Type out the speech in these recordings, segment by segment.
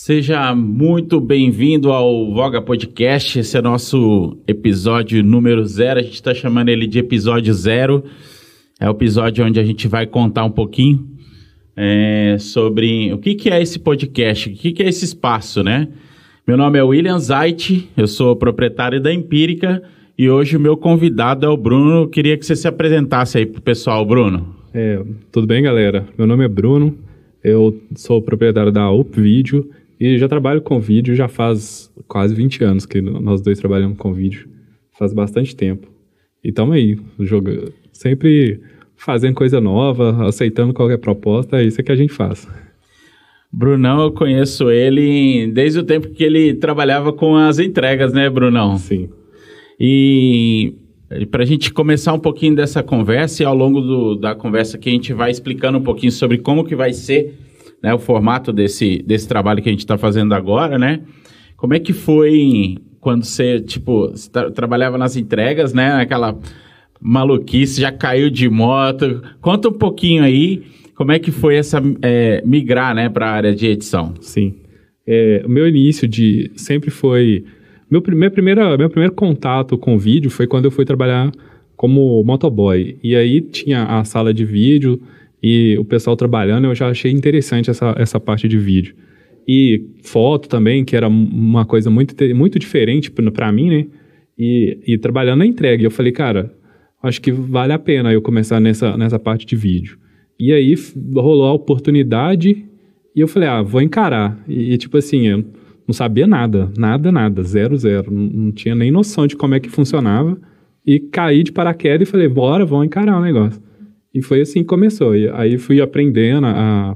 Seja muito bem-vindo ao Voga Podcast. Esse é nosso episódio número 0. A gente está chamando ele de episódio 0. É o episódio onde a gente vai contar um pouquinho sobre o que é esse podcast, o que é esse espaço, né? Meu nome é William Zait, eu sou proprietário da Empírica e hoje o meu convidado é o Bruno. Eu queria que você se apresentasse aí pro pessoal, Bruno. Tudo bem, galera? Meu nome é Bruno, eu sou proprietário da UpVideo e já trabalho com vídeo já faz quase 20 anos que nós dois trabalhamos com vídeo. Faz bastante tempo. E estamos aí, sempre fazendo coisa nova, aceitando qualquer proposta, é isso que a gente faz. Brunão, eu conheço ele desde o tempo que ele trabalhava com as entregas, né, Brunão? Sim. E para a gente começar um pouquinho dessa conversa, e ao longo da conversa aqui a gente vai explicando um pouquinho sobre como que vai ser, né, o formato desse trabalho que a gente está fazendo agora, né? Como é que foi quando você, trabalhava nas entregas, né? Aquela maluquice, já caiu de moto. Conta um pouquinho aí como é que foi essa migrar, né, para a área de edição. Sim. O meu início sempre foi... Meu primeiro contato com vídeo foi quando eu fui trabalhar como motoboy. E aí tinha a sala de vídeo e o pessoal trabalhando, eu já achei interessante essa parte de vídeo. E foto também, que era uma coisa muito diferente para mim, né? E trabalhando na entrega. E eu falei, cara, acho que vale a pena eu começar nessa parte de vídeo. E aí rolou a oportunidade e eu falei, vou encarar. E tipo assim, eu não sabia nada, zero. Não tinha nem noção de como é que funcionava. E caí de paraquedas e falei, bora, vamos encarar o negócio. E foi assim que começou. E aí fui aprendendo a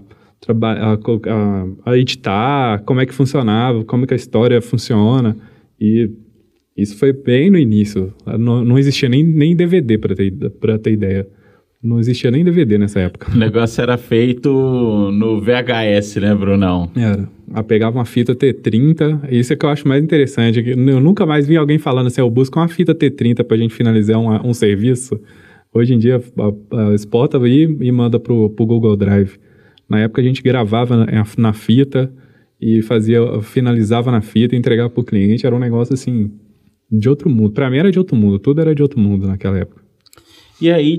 editar, como é que funcionava, como é que a história funciona. E isso foi bem no início. Não existia nem DVD, para ter ideia. Não existia nem DVD nessa época. O negócio era feito no VHS, né, Brunão? Era. Eu pegava uma fita T30, isso é que eu acho mais interessante. Eu nunca mais vi alguém falando assim, eu busco uma fita T30 pra gente finalizar um serviço. Hoje em dia, exporta e manda pro Google Drive. Na época, a gente gravava na fita e finalizava na fita e entregava pro cliente. Era um negócio, assim, de outro mundo. Pra mim, era de outro mundo. Tudo era de outro mundo naquela época. E aí,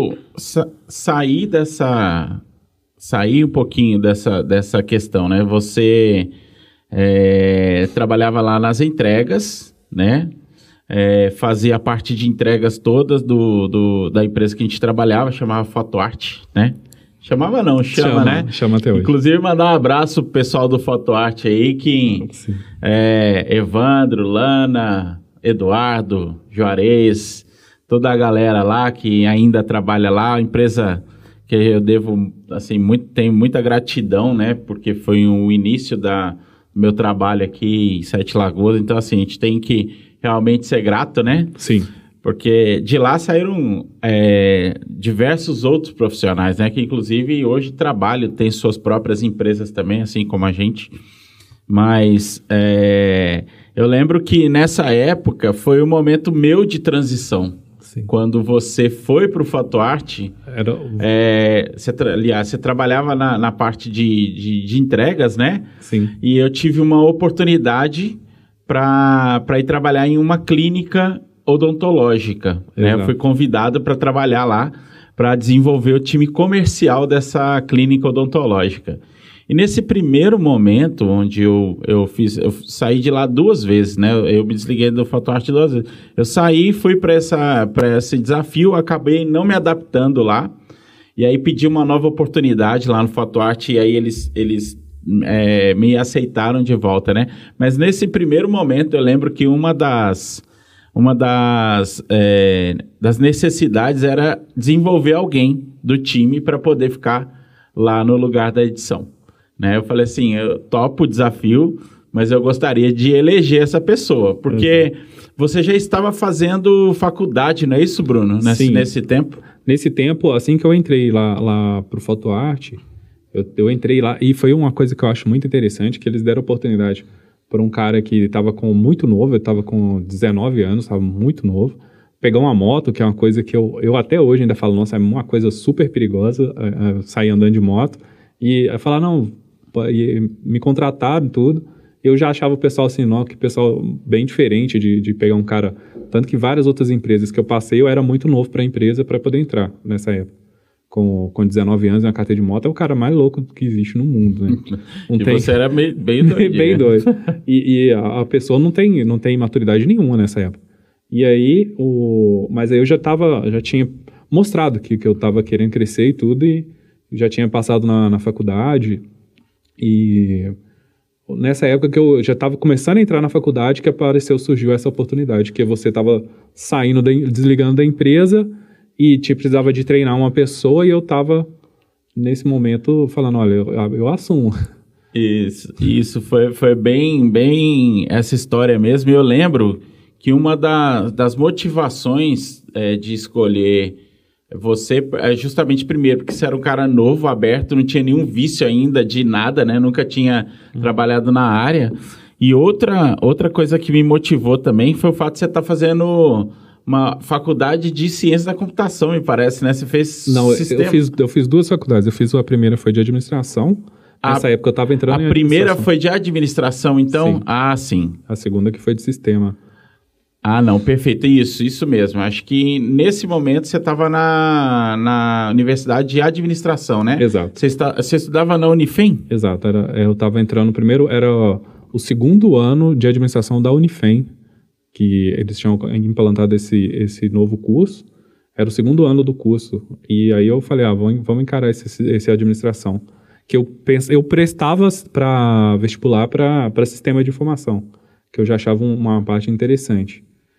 sair um pouquinho dessa questão, né? Você trabalhava lá nas entregas, né? Fazia parte de entregas todas da empresa que a gente trabalhava, chamava FotoArt, né? Chamava não, chama, né? Chama até hoje. Inclusive, mandar um abraço pro pessoal do FotoArt aí, que Evandro, Lana, Eduardo, Juarez, toda a galera lá que ainda trabalha lá, a empresa que eu devo, assim, tenho muita gratidão, né? Porque foi o início do meu trabalho aqui em Sete Lagoas, então, assim, a gente tem que realmente ser grato, né? Sim. Porque de lá saíram diversos outros profissionais, né? Que inclusive hoje trabalham, têm suas próprias empresas também, assim como a gente. Mas eu lembro que nessa época foi um momento meu de transição. Sim. Quando você foi para o FotoArt, você trabalhava na parte de entregas, né? Sim. E eu tive uma oportunidade para ir trabalhar em uma clínica odontológica, né? Eu fui convidado para trabalhar lá, para desenvolver o time comercial dessa clínica odontológica. E nesse primeiro momento, onde eu saí de lá 2 vezes, né? Eu me desliguei do FotoArt 2 vezes. Eu saí, fui para esse desafio, acabei não me adaptando lá, e aí pedi uma nova oportunidade lá no FotoArt, e aí eles me aceitaram de volta, né? Mas nesse primeiro momento, eu lembro que uma das necessidades era desenvolver alguém do time para poder ficar lá no lugar da edição, né? Eu falei assim, eu topo o desafio, mas eu gostaria de eleger essa pessoa, porque você já estava fazendo faculdade, não é isso, Bruno? Nesse tempo? Nesse tempo, assim que eu entrei lá pro FotoArt, eu entrei lá e foi uma coisa que eu acho muito interessante, que eles deram oportunidade para um cara que estava muito novo, eu estava com 19 anos, estava muito novo, pegar uma moto, que é uma coisa que eu até hoje ainda falo, nossa, é uma coisa super perigosa, sair andando de moto, e falar, não, e me contrataram e tudo. Eu já achava o pessoal assim, não, que pessoal bem diferente de pegar um cara... Tanto que várias outras empresas que eu passei, eu era muito novo para a empresa para poder entrar nessa época. Com 19 anos, na carteira de moto, é o cara mais louco que existe no mundo, né? Você era bem doido. Bem doido. E a pessoa não tem maturidade nenhuma nessa época. E aí, mas aí eu já tinha mostrado que eu estava querendo crescer e tudo, e já tinha passado na faculdade. E nessa época que eu já estava começando a entrar na faculdade, que surgiu essa oportunidade, que você estava desligando da empresa e precisava de treinar uma pessoa, e eu estava, nesse momento, falando, olha, eu assumo. Isso foi bem essa história mesmo. E eu lembro que uma das motivações de escolher você é justamente, primeiro, porque você era um cara novo, aberto, não tinha nenhum vício ainda de nada, né? Nunca tinha trabalhado na área. E outra coisa que me motivou também foi o fato de você estar fazendo uma faculdade de ciência da computação, me parece, né? Você fez... Não, eu fiz duas faculdades. A primeira foi de administração. Nessa época eu estava entrando em administração. A primeira foi de administração, então? Sim. Sim. A segunda que foi de sistema. Não, perfeito. Isso mesmo. Acho que nesse momento você estava na Universidade de Administração, né? Exato. Você estudava na Unifem? Exato. Eu estava entrando primeiro, era o segundo ano de administração da Unifem, que eles tinham implantado esse novo curso. Era o segundo ano do curso. E aí eu falei, vamos encarar esse administração. Que eu prestava para vestibular para sistema de informação, que eu já achava uma parte interessante.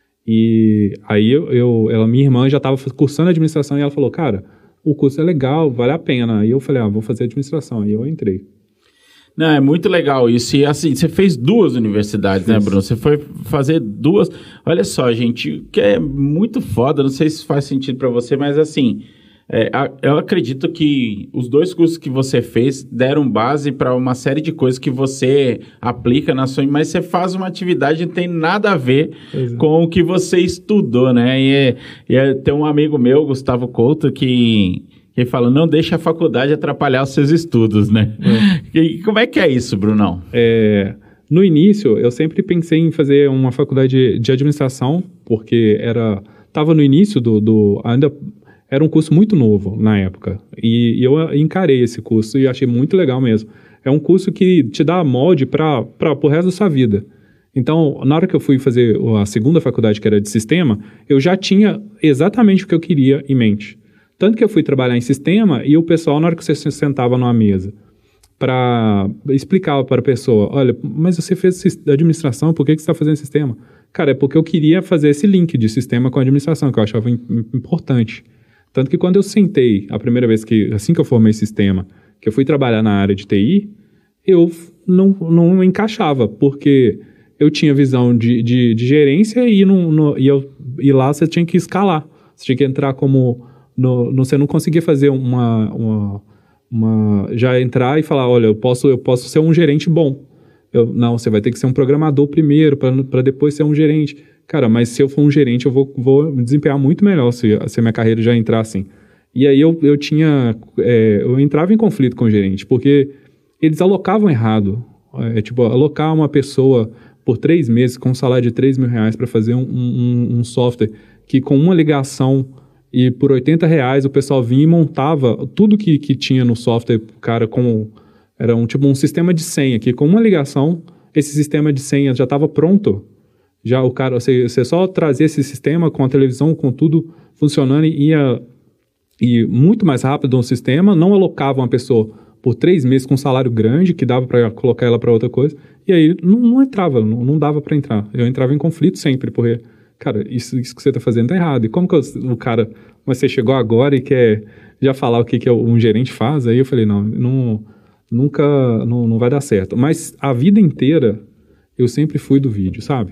E aí minha irmã já estava cursando administração e ela falou, cara, o curso é legal, vale a pena. Aí eu falei, vou fazer administração. Aí eu entrei. Não, é muito legal isso. E assim, você fez 2 universidades, né, Bruno? Você foi fazer 2. Olha só, gente, que é muito foda, não sei se faz sentido para você, mas assim, eu acredito que os 2 cursos que você fez deram base para uma série de coisas que você aplica na sua... Mas você faz uma atividade que não tem nada a ver com o que você estudou, né? Tem um amigo meu, Gustavo Couto, que fala, não deixa a faculdade atrapalhar os seus estudos, né? E como é que é isso, Brunão? No início, eu sempre pensei em fazer uma faculdade de administração, porque estava no início ainda era um curso muito novo na época. E eu encarei esse curso e achei muito legal mesmo. É um curso que te dá molde para o resto da sua vida. Então, na hora que eu fui fazer a segunda faculdade, que era de sistema, eu já tinha exatamente o que eu queria em mente. Tanto que eu fui trabalhar em sistema e o pessoal, na hora que você se sentava numa mesa, explicava para a pessoa, olha, mas você fez administração, por que você está fazendo sistema? Cara, é porque eu queria fazer esse link de sistema com administração, que eu achava importante. Tanto que quando eu sentei, a primeira vez assim que eu formei sistema, que eu fui trabalhar na área de TI, eu não encaixava, porque eu tinha visão de gerência e lá você tinha que escalar. Você tinha que entrar como... você não conseguia fazer já entrar e falar, olha, eu posso ser um gerente bom. Não, você vai ter que ser um programador primeiro, para depois ser um gerente. Cara, mas se eu for um gerente, eu vou me desempenhar muito melhor se a minha carreira já entrar assim. E aí eu entrava em conflito com o gerente, porque eles alocavam errado. Alocar uma pessoa por 3 meses com um salário de R$3.000 para fazer um software que com uma ligação e por R$80 o pessoal vinha e montava tudo que tinha no software, cara, era um sistema de senha, que com uma ligação, esse sistema de senha já estava pronto. Já o cara, você só trazia esse sistema com a televisão, com tudo funcionando e muito mais rápido no sistema, não alocava uma pessoa por 3 meses com um salário grande, que dava para colocar ela para outra coisa, e aí não entrava, não dava para entrar. Eu entrava em conflito sempre, porque, cara, isso que você está fazendo tá errado. E como que o cara, mas você chegou agora e quer já falar o que um gerente faz? Aí eu falei, nunca vai dar certo. Mas a vida inteira eu sempre fui do vídeo, sabe?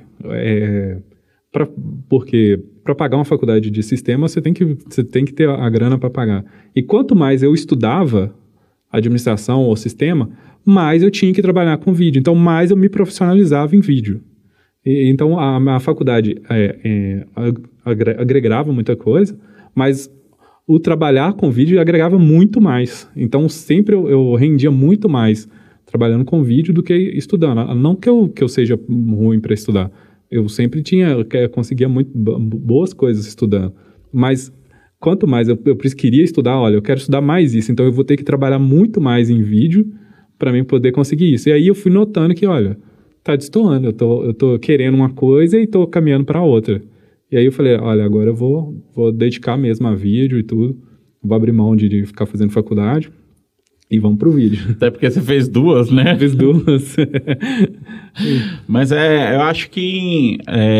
Porque para pagar uma faculdade de sistema, você tem que ter a grana para pagar. E quanto mais eu estudava administração ou sistema, mais eu tinha que trabalhar com vídeo. Então, mais eu me profissionalizava em vídeo. Então, a faculdade agregava muita coisa, mas o trabalhar com vídeo agregava muito mais. Então, sempre eu rendia muito mais trabalhando com vídeo do que estudando. Não que eu seja ruim para estudar. Eu sempre conseguia muito boas coisas estudando. Mas quanto mais eu queria estudar, olha, eu quero estudar mais isso, então eu vou ter que trabalhar muito mais em vídeo para mim poder conseguir isso. E aí eu fui notando que, olha, tá destoando, eu tô querendo uma coisa e tô caminhando para outra. E aí eu falei, olha, agora eu vou dedicar mesmo a vídeo e tudo, vou abrir mão de ficar fazendo faculdade e vamos pro vídeo. Até porque você fez duas, né? Fiz duas. Mas eu acho que,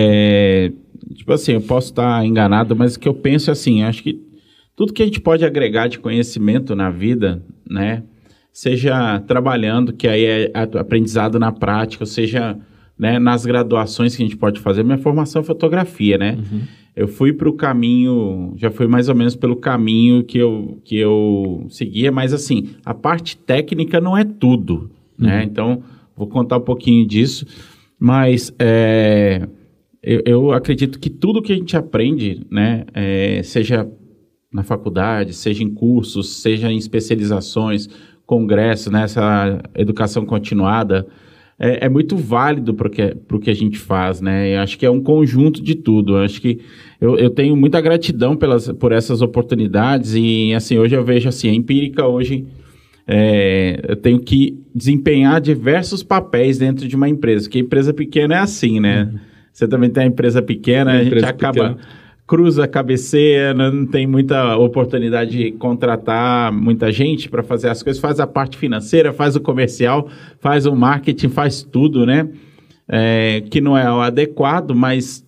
tipo assim, eu posso estar enganado, mas o que eu penso é assim, acho que tudo que a gente pode agregar de conhecimento na vida, né? Seja trabalhando, que aí é aprendizado na prática, ou seja, né, nas graduações que a gente pode fazer. Minha formação é fotografia, né? Uhum. Eu fui para o caminho, já fui mais ou menos pelo caminho que eu seguia, mas assim, a parte técnica não é tudo, né? Então, vou contar um pouquinho disso, mas eu acredito que tudo que a gente aprende, né, seja na faculdade, seja em cursos, seja em especializações, congressos, né, essa educação continuada, é muito válido para o que a gente faz, né? Eu acho que é um conjunto de tudo. Eu acho que eu tenho muita gratidão por essas oportunidades e, assim, hoje eu vejo, assim, a Empírica hoje, eu tenho que desempenhar diversos papéis dentro de uma empresa, porque empresa pequena é assim, né? Uhum. Você também tem a empresa pequena, a gente acaba... Cruza a cabeceira, não tem muita oportunidade de contratar muita gente para fazer as coisas, faz a parte financeira, faz o comercial, faz o marketing, faz tudo, né? Que não é o adequado, mas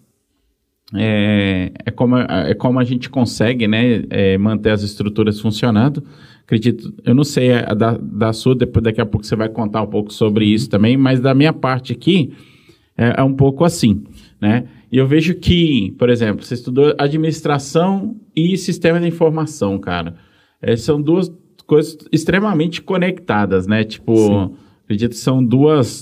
é como a gente consegue, né, manter as estruturas funcionando. Acredito, eu não sei da sua, daqui a pouco você vai contar um pouco sobre isso também, mas da minha parte aqui é um pouco assim, né? E eu vejo que, por exemplo, você estudou administração e sistema de informação, cara. São duas coisas extremamente conectadas, né? Tipo, sim, acredito que são dois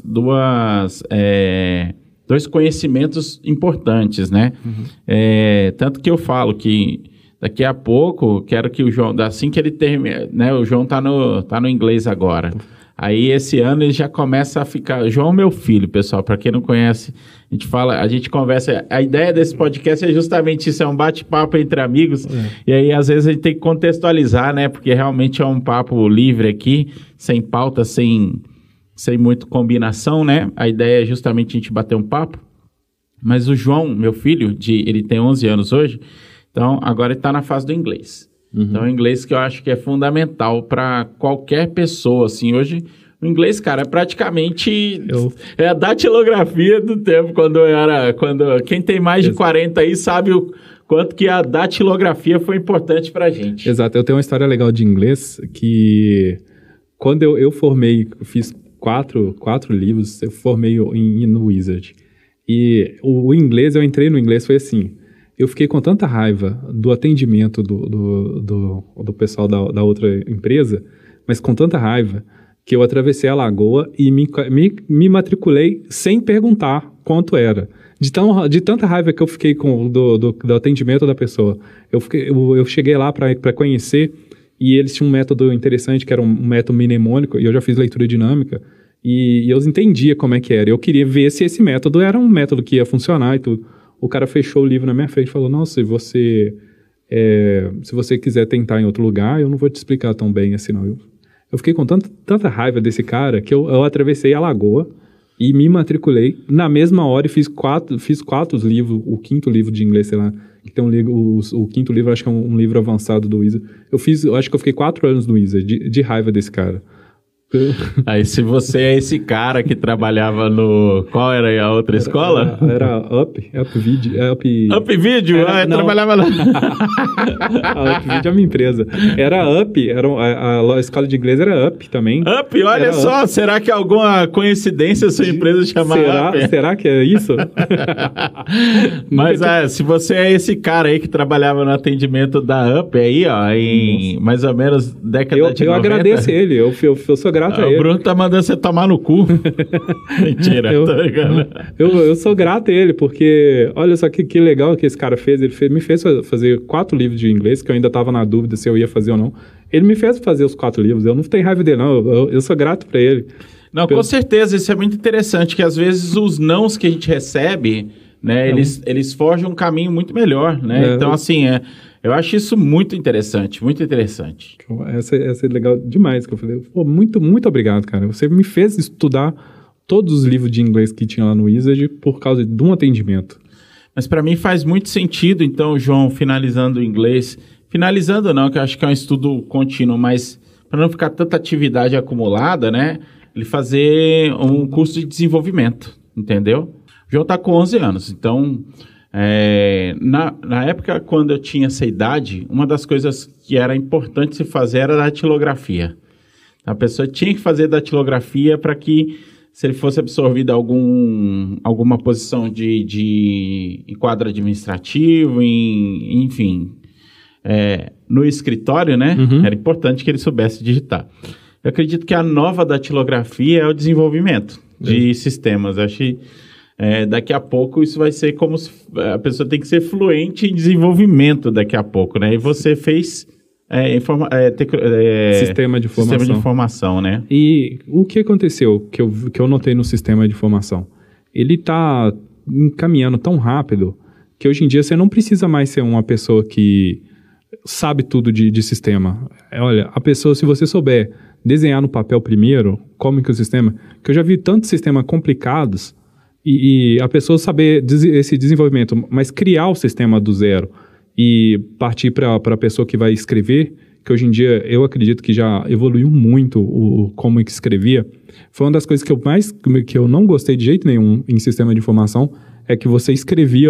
conhecimentos importantes, né? Uhum. Tanto que eu falo que daqui a pouco, quero que o João, assim que ele termine, né? O João tá no inglês agora. Aí, esse ano, ele já começa a ficar... João, meu filho, pessoal, para quem não conhece, a gente conversa... A ideia desse podcast é justamente isso, é um bate-papo entre amigos. E aí, às vezes, a gente tem que contextualizar, né? Porque realmente é um papo livre aqui, sem pauta, sem muito combinação, né? A ideia é justamente a gente bater um papo. Mas o João, meu filho, ele tem 11 anos hoje, então agora ele está na fase do inglês. Uhum. Então, o inglês que eu acho que é fundamental para qualquer pessoa, assim, hoje, o inglês, cara, é praticamente a datilografia do tempo, quem tem mais de 40 aí sabe o quanto que a datilografia foi importante pra gente. Exato, eu tenho uma história legal de inglês, que quando eu formei, eu fiz quatro livros, eu formei no Wizard, e o inglês, eu entrei no inglês, foi assim... Eu fiquei com tanta raiva do atendimento do pessoal da outra empresa, mas com tanta raiva que eu atravessei a lagoa e me matriculei sem perguntar quanto era. De tanta raiva que eu fiquei do atendimento da pessoa. Eu cheguei lá para conhecer e eles tinham um método interessante, que era um método mnemônico, e eu já fiz leitura dinâmica, e eu entendia como é que era. Eu queria ver se esse método era um método que ia funcionar e tudo. O cara fechou o livro na minha frente e falou, nossa, se você quiser tentar em outro lugar, eu não vou te explicar tão bem assim, não. Eu fiquei com tanta raiva desse cara que eu atravessei a lagoa e me matriculei na mesma hora e fiz quatro livros, o quinto livro de inglês, sei lá, que tem um livro, o quinto livro, acho que é um livro avançado do Wizard. Eu acho que eu fiquei 4 anos no Wizard, de raiva desse cara. Aí, se você é esse cara que trabalhava no... Qual era a outra escola? Era UpVideo. UpVideo? Trabalhava lá. A UpVideo é uma empresa. A escola de inglês era Up também. Up, olha só. Up. Será que é alguma coincidência sua empresa chamar Up? Será que é isso? Mas se você é esse cara aí que trabalhava no atendimento da Up aí, ó, em mais ou menos década de 90. Eu agradeço ele. Eu sou grato. O Bruno tá mandando você tomar no cu. Mentira, tô ligando. Eu sou grato a ele, porque olha só que legal que esse cara fez. Me fez fazer 4 livros de inglês, que eu ainda tava na dúvida se eu ia fazer ou não. Ele me fez fazer os 4 livros. Eu não tenho raiva dele, não. Eu sou grato pra ele. Não, com certeza, isso é muito interessante, que às vezes os nãos que a gente recebe, né, eles forjam um caminho muito melhor, né? Então, assim, eu acho isso muito interessante, muito interessante. Essa é legal demais, que eu falei. Pô, muito, muito obrigado, cara. Você me fez estudar todos os livros de inglês que tinha lá no Wizard por causa de um atendimento. Mas para mim faz muito sentido, então, João, finalizando o inglês... Finalizando não, que eu acho que é um estudo contínuo, mas para não ficar tanta atividade acumulada, né? Ele fazer um curso de desenvolvimento, entendeu? O João está com 11 anos, então, na época, quando eu tinha essa idade, uma das coisas que era importante se fazer era a datilografia. A pessoa tinha que fazer datilografia para que, se ele fosse absorvido a alguma posição de quadro administrativo, enfim... no escritório, né? Era importante que ele soubesse digitar. Eu acredito que a nova datilografia é o desenvolvimento de sistemas. Acho que daqui a pouco isso vai ser como se a pessoa tem que ser fluente em desenvolvimento daqui a pouco, né? E você fez sistema de formação. Sistema de informação, né? E o que aconteceu que eu notei no sistema de formação? Ele está encaminhando tão rápido que hoje em dia você não precisa mais ser uma pessoa que sabe tudo de sistema. Olha, a pessoa, se você souber desenhar no papel primeiro, como que o sistema... Que eu já vi tantos sistemas complicados e a pessoa saber esse desenvolvimento, mas criar o sistema do zero e partir para a pessoa que vai escrever, que hoje em dia eu acredito que já evoluiu muito como é que escrevia. Foi uma das coisas que eu não gostei de jeito nenhum em sistema de informação, é que você escrevia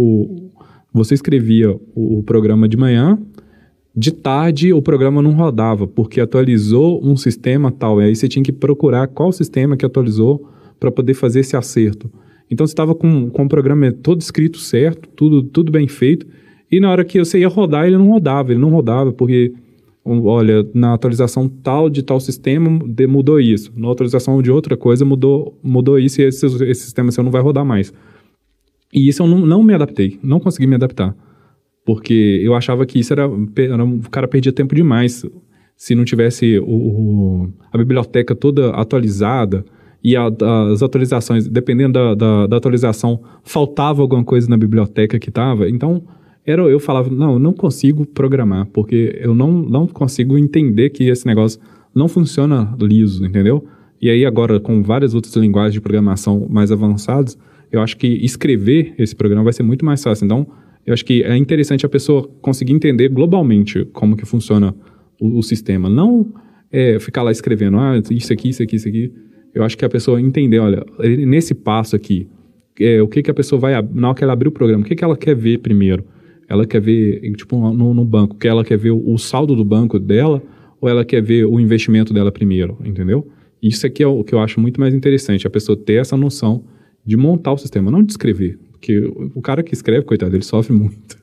o programa de manhã, de tarde o programa não rodava, porque atualizou um sistema tal, e aí você tinha que procurar qual sistema que atualizou para poder fazer esse acerto. Então você estava com o programa todo escrito certo, tudo bem feito, e na hora que você ia rodar, ele não rodava, porque, olha, na atualização tal de tal sistema mudou isso, na atualização de outra coisa mudou isso, e esse sistema seu não vai rodar mais. E isso eu não me adaptei, não consegui me adaptar. Porque eu achava que isso o cara perdia tempo demais se não tivesse a biblioteca toda atualizada e as atualizações, dependendo da atualização, faltava alguma coisa na biblioteca que estava. Então, eu falava, não, eu não consigo programar, porque eu não consigo entender que esse negócio não funciona liso, entendeu? E aí agora, com várias outras linguagens de programação mais avançadas, eu acho que escrever esse programa vai ser muito mais fácil. Então, eu acho que é interessante a pessoa conseguir entender globalmente como que funciona o sistema. Não ficar lá escrevendo, isso aqui. Eu acho que a pessoa entender, olha, nesse passo aqui, o que a pessoa vai... Na hora que ela abrir o programa, o que ela quer ver primeiro? Ela quer ver, tipo, no banco, que ela quer ver o saldo do banco dela ou ela quer ver o investimento dela primeiro, entendeu? Isso aqui é o que eu acho muito mais interessante, a pessoa ter essa noção de montar o sistema, não de escrever. Porque o cara que escreve, coitado, ele sofre muito.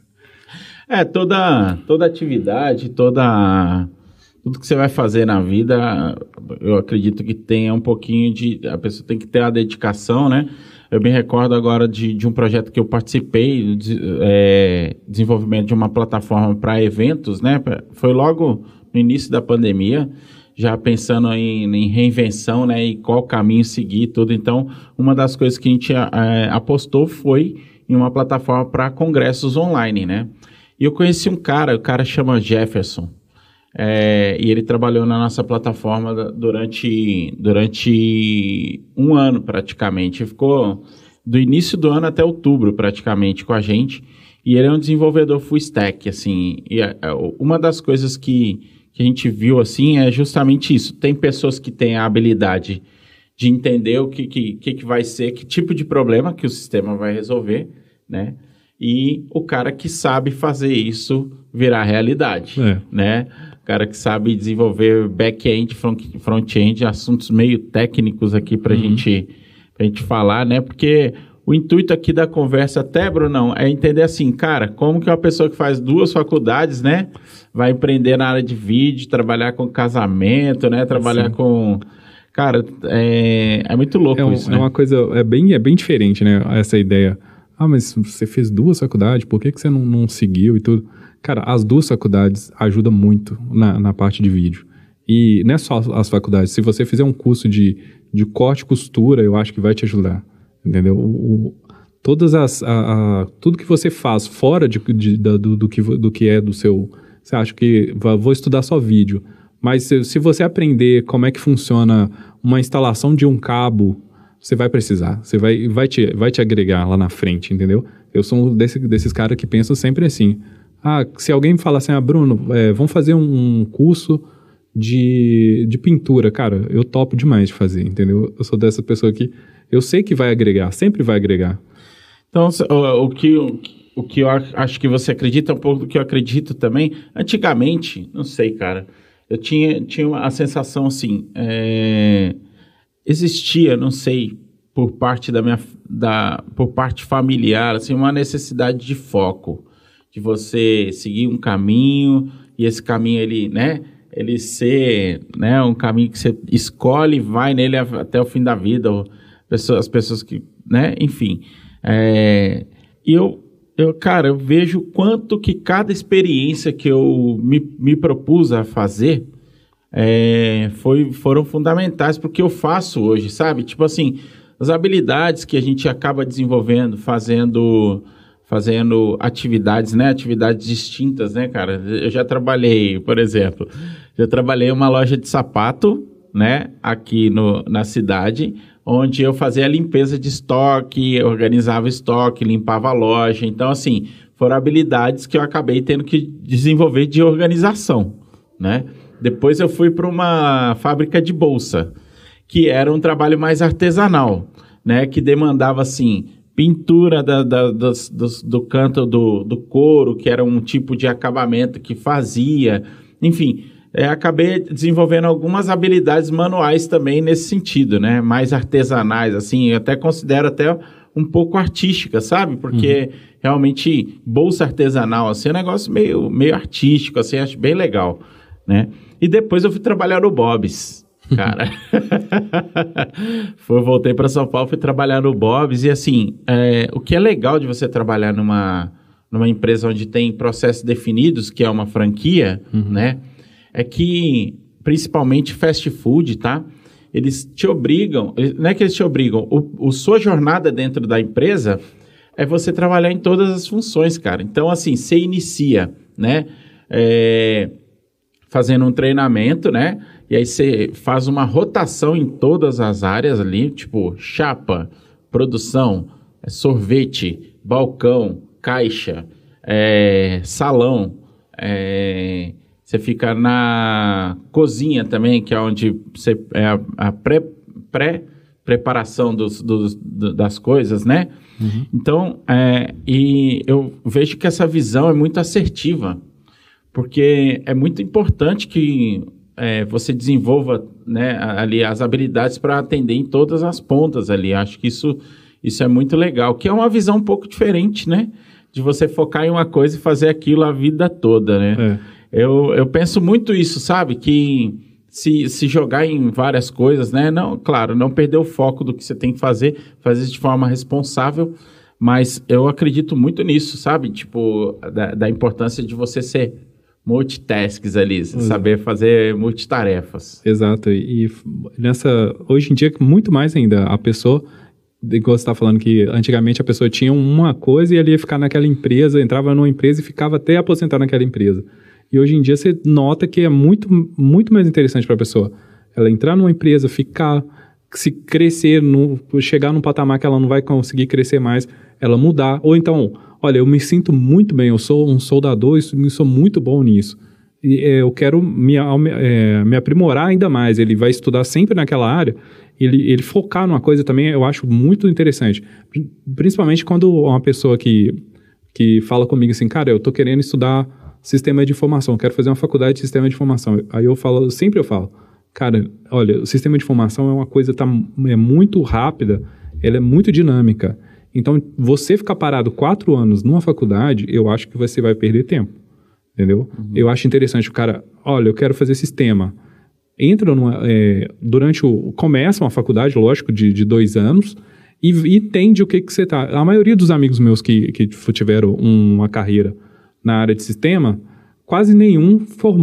Toda atividade, tudo que você vai fazer na vida, eu acredito que tenha um pouquinho a pessoa tem que ter a dedicação, né? Eu me recordo agora de um projeto que eu participei, desenvolvimento de uma plataforma para eventos, né? Foi logo no início da pandemia, já pensando em reinvenção, né, e qual caminho seguir, tudo. Então, uma das coisas que a gente apostou foi em uma plataforma para congressos online, né? E eu conheci um cara, o cara chama Jefferson, e ele trabalhou na nossa plataforma durante um ano, praticamente. Ele ficou do início do ano até outubro, praticamente, com a gente. E ele é um desenvolvedor full stack, assim. E uma das coisas que a gente viu, assim, é justamente isso. Tem pessoas que têm a habilidade de entender o que vai ser, que tipo de problema que o sistema vai resolver, né? E o cara que sabe fazer isso virar realidade, né? O cara que sabe desenvolver back-end, front-end, assuntos meio técnicos aqui pra gente falar, né? Porque o intuito aqui da conversa até, Brunão, é entender assim, cara, como que uma pessoa que faz 2 faculdades, né, vai empreender na área de vídeo, trabalhar com casamento, né, trabalhar com... Cara, é muito louco isso, né? É uma coisa, é bem diferente, né, essa ideia. Mas você fez 2 faculdades, por que você não seguiu e tudo? Cara, as 2 faculdades ajudam muito na parte de vídeo. E não é só as faculdades. Se você fizer um curso de corte e costura, eu acho que vai te ajudar. Entendeu? Tudo que você faz fora do que é do seu... Você acha que vou estudar só vídeo. Mas se você aprender como é que funciona uma instalação de um cabo, você vai precisar. Você vai te agregar lá na frente, entendeu? Eu sou um desses caras que pensam sempre assim. Se alguém me falar assim, Bruno, vamos fazer um curso de pintura. Cara, eu topo demais de fazer, entendeu? Eu sou dessa pessoa que eu sei que vai agregar, sempre vai agregar. Então, o que eu acho que você acredita é um pouco do que eu acredito também. Antigamente, não sei, cara, eu tinha a sensação assim, existia, não sei, por parte por parte familiar, assim, uma necessidade de foco, de você seguir um caminho e esse caminho ele ser, né, um caminho que você escolhe e vai nele até o fim da vida, as pessoas que, né, enfim. Cara, eu vejo quanto que cada experiência que eu me propus a fazer foram fundamentais para o que eu faço hoje, sabe? Tipo assim, as habilidades que a gente acaba desenvolvendo, fazendo atividades, né? Atividades distintas, né, cara? Eu já trabalhei, por exemplo, em uma loja de sapato, né? Aqui na cidade, onde eu fazia a limpeza de estoque, organizava estoque, limpava a loja. Então, assim, foram habilidades que eu acabei tendo que desenvolver de organização, né? Depois eu fui para uma fábrica de bolsa, que era um trabalho mais artesanal, né? Que demandava, assim, pintura do canto do couro, que era um tipo de acabamento que fazia. Enfim, acabei desenvolvendo algumas habilidades manuais também nesse sentido, né? Mais artesanais, assim, eu até considero até um pouco artística, sabe? Porque realmente bolsa artesanal, assim, é um negócio meio artístico, assim, acho bem legal, né? E depois eu fui trabalhar no Bob's, cara. Voltei para São Paulo, fui trabalhar no Bob's e, assim, o que é legal de você trabalhar numa empresa onde tem processos definidos, que é uma franquia, né? É que, principalmente fast food, tá? Eles te obrigam, não é que eles te obrigam, sua jornada dentro da empresa é você trabalhar em todas as funções, cara. Então, assim, você inicia, né? Fazendo um treinamento, né? E aí você faz uma rotação em todas as áreas ali, tipo chapa, produção, sorvete, balcão, caixa, salão, você fica na cozinha também, que é onde a preparação das coisas, né? Então, e eu vejo que essa visão é muito assertiva, porque é muito importante que você desenvolva, né, ali as habilidades para atender em todas as pontas ali. Acho que isso é muito legal, que é uma visão um pouco diferente, né? De você focar em uma coisa e fazer aquilo a vida toda, né? Eu penso muito isso, sabe? Que se jogar em várias coisas, né? Não, claro, não perder o foco do que você tem que fazer de forma responsável, mas eu acredito muito nisso, sabe? Tipo, da importância de você ser multitasks ali, saber fazer multitarefas. Exato, e hoje em dia, muito mais ainda, a pessoa, igual você está falando que antigamente a pessoa tinha uma coisa e ela ia ficar naquela empresa, entrava numa empresa e ficava até aposentar naquela empresa. E hoje em dia você nota que é muito, muito mais interessante para a pessoa ela entrar numa empresa, ficar, se crescer, chegar num patamar que ela não vai conseguir crescer mais, ela mudar, ou então, olha, eu me sinto muito bem, eu sou um soldador e sou muito bom nisso. E, eu quero me aprimorar ainda mais. Ele vai estudar sempre naquela área, ele focar numa coisa também, eu acho muito interessante. Principalmente quando uma pessoa que fala comigo assim, cara, eu tô querendo estudar sistema de informação, quero fazer uma faculdade de sistema de informação. Aí eu falo, cara, olha, o sistema de informação é uma coisa é muito rápida, ela é muito dinâmica. Então, você ficar parado 4 anos numa faculdade, eu acho que você vai perder tempo, entendeu? Eu acho interessante o cara, olha, eu quero fazer sistema. Entra começa uma faculdade, lógico, de 2 anos e entende o que você tá. A maioria dos amigos meus que tiveram uma carreira na área de sistema, quase nenhum formou,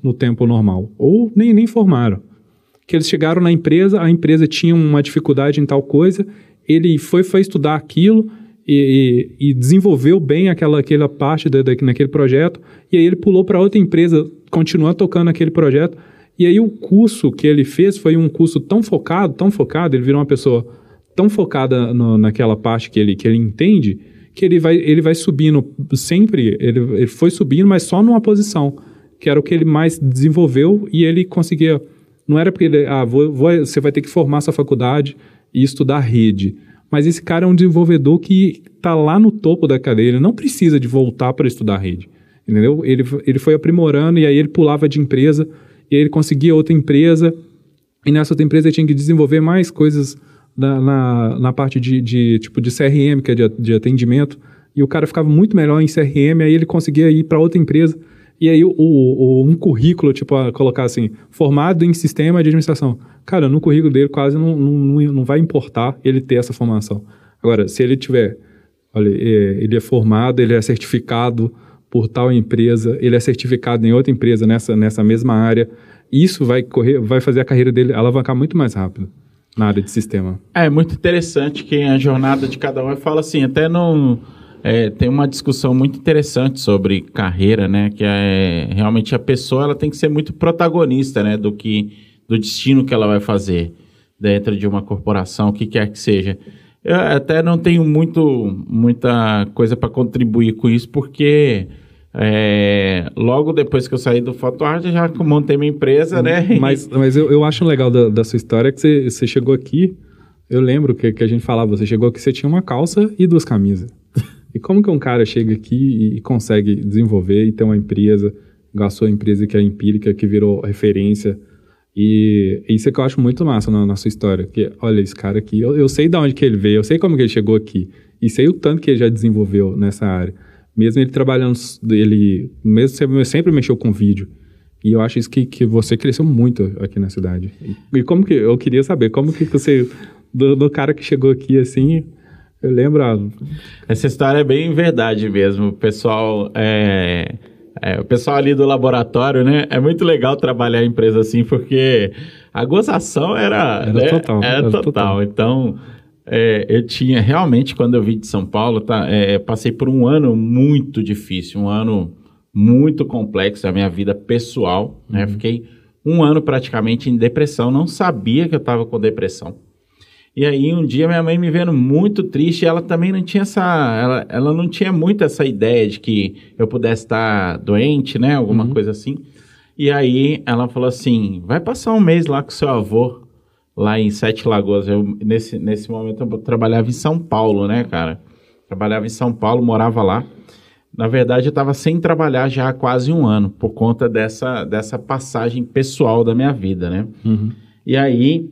no tempo normal. Ou nem formaram. Que eles chegaram na empresa, a empresa tinha uma dificuldade em tal coisa, ele foi estudar aquilo e desenvolveu bem aquela parte naquele projeto, e aí ele pulou para outra empresa, continuou tocando aquele projeto, e aí o curso que ele fez foi um curso tão focado, ele virou uma pessoa tão focada naquela parte que ele entende, que ele vai subindo sempre, ele foi subindo, mas só numa posição, que era o que ele mais desenvolveu, e ele conseguia, não era porque ele, você vai ter que formar sua faculdade e estudar rede, mas esse cara é um desenvolvedor que está lá no topo da cadeia, ele não precisa de voltar para estudar rede, entendeu? Ele foi aprimorando, e aí ele pulava de empresa, e aí ele conseguia outra empresa, e nessa outra empresa ele tinha que desenvolver mais coisas na parte tipo de CRM, que é de atendimento, e o cara ficava muito melhor em CRM, aí ele conseguia ir para outra empresa, e aí um currículo, tipo, colocar assim, formado em sistema de administração. Cara, no currículo dele quase não vai importar ele ter essa formação. Agora, se ele tiver, olha, ele é formado, ele é certificado por tal empresa, ele é certificado em outra empresa nessa mesma área, isso vai fazer a carreira dele alavancar muito mais rápido na área de sistema. É muito interessante que a jornada de cada um, fala assim, até não... tem uma discussão muito interessante sobre carreira, né? Que realmente a pessoa ela tem que ser muito protagonista, né? Do destino que ela vai fazer dentro de uma corporação, o que quer que seja. Eu até não tenho muita coisa para contribuir com isso, porque logo depois que eu saí do PhotoArt, eu já montei minha empresa, né? Mas eu acho legal da sua história que você chegou aqui, eu lembro que a gente falava, você chegou aqui, você tinha uma calça e 2 camisas. E como que um cara chega aqui e consegue desenvolver e ter uma empresa, igual a sua empresa que é a Empírica, que virou referência? E isso é que eu acho muito massa na sua história. Que, olha, esse cara aqui, eu sei de onde que ele veio, eu sei como que ele chegou aqui. E sei o tanto que ele já desenvolveu nessa área. Mesmo ele trabalhando, mesmo sempre mexeu com vídeo. E eu acho isso que você cresceu muito aqui na cidade. E como que, eu queria saber, como que você, do cara que chegou aqui assim... Eu lembro. Essa história é bem verdade mesmo. O pessoal ali do laboratório, né? É muito legal trabalhar em empresa assim, porque a gozação era total. Então, eu tinha realmente, quando eu vim de São Paulo, passei por um ano muito difícil, um ano muito complexo da minha vida pessoal, né? Fiquei um ano praticamente em depressão, não sabia que eu estava com depressão. E aí, um dia, minha mãe me vendo muito triste, ela também não tinha ela não tinha muito essa ideia de que eu pudesse estar doente, né? Alguma coisa assim. E aí, ela falou assim, vai passar um mês lá com seu avô, lá em Sete Lagoas. Nesse momento, eu trabalhava em São Paulo, né, cara? Trabalhava em São Paulo, morava lá. Na verdade, eu estava sem trabalhar já há quase um ano, por conta dessa passagem pessoal da minha vida, né? E aí...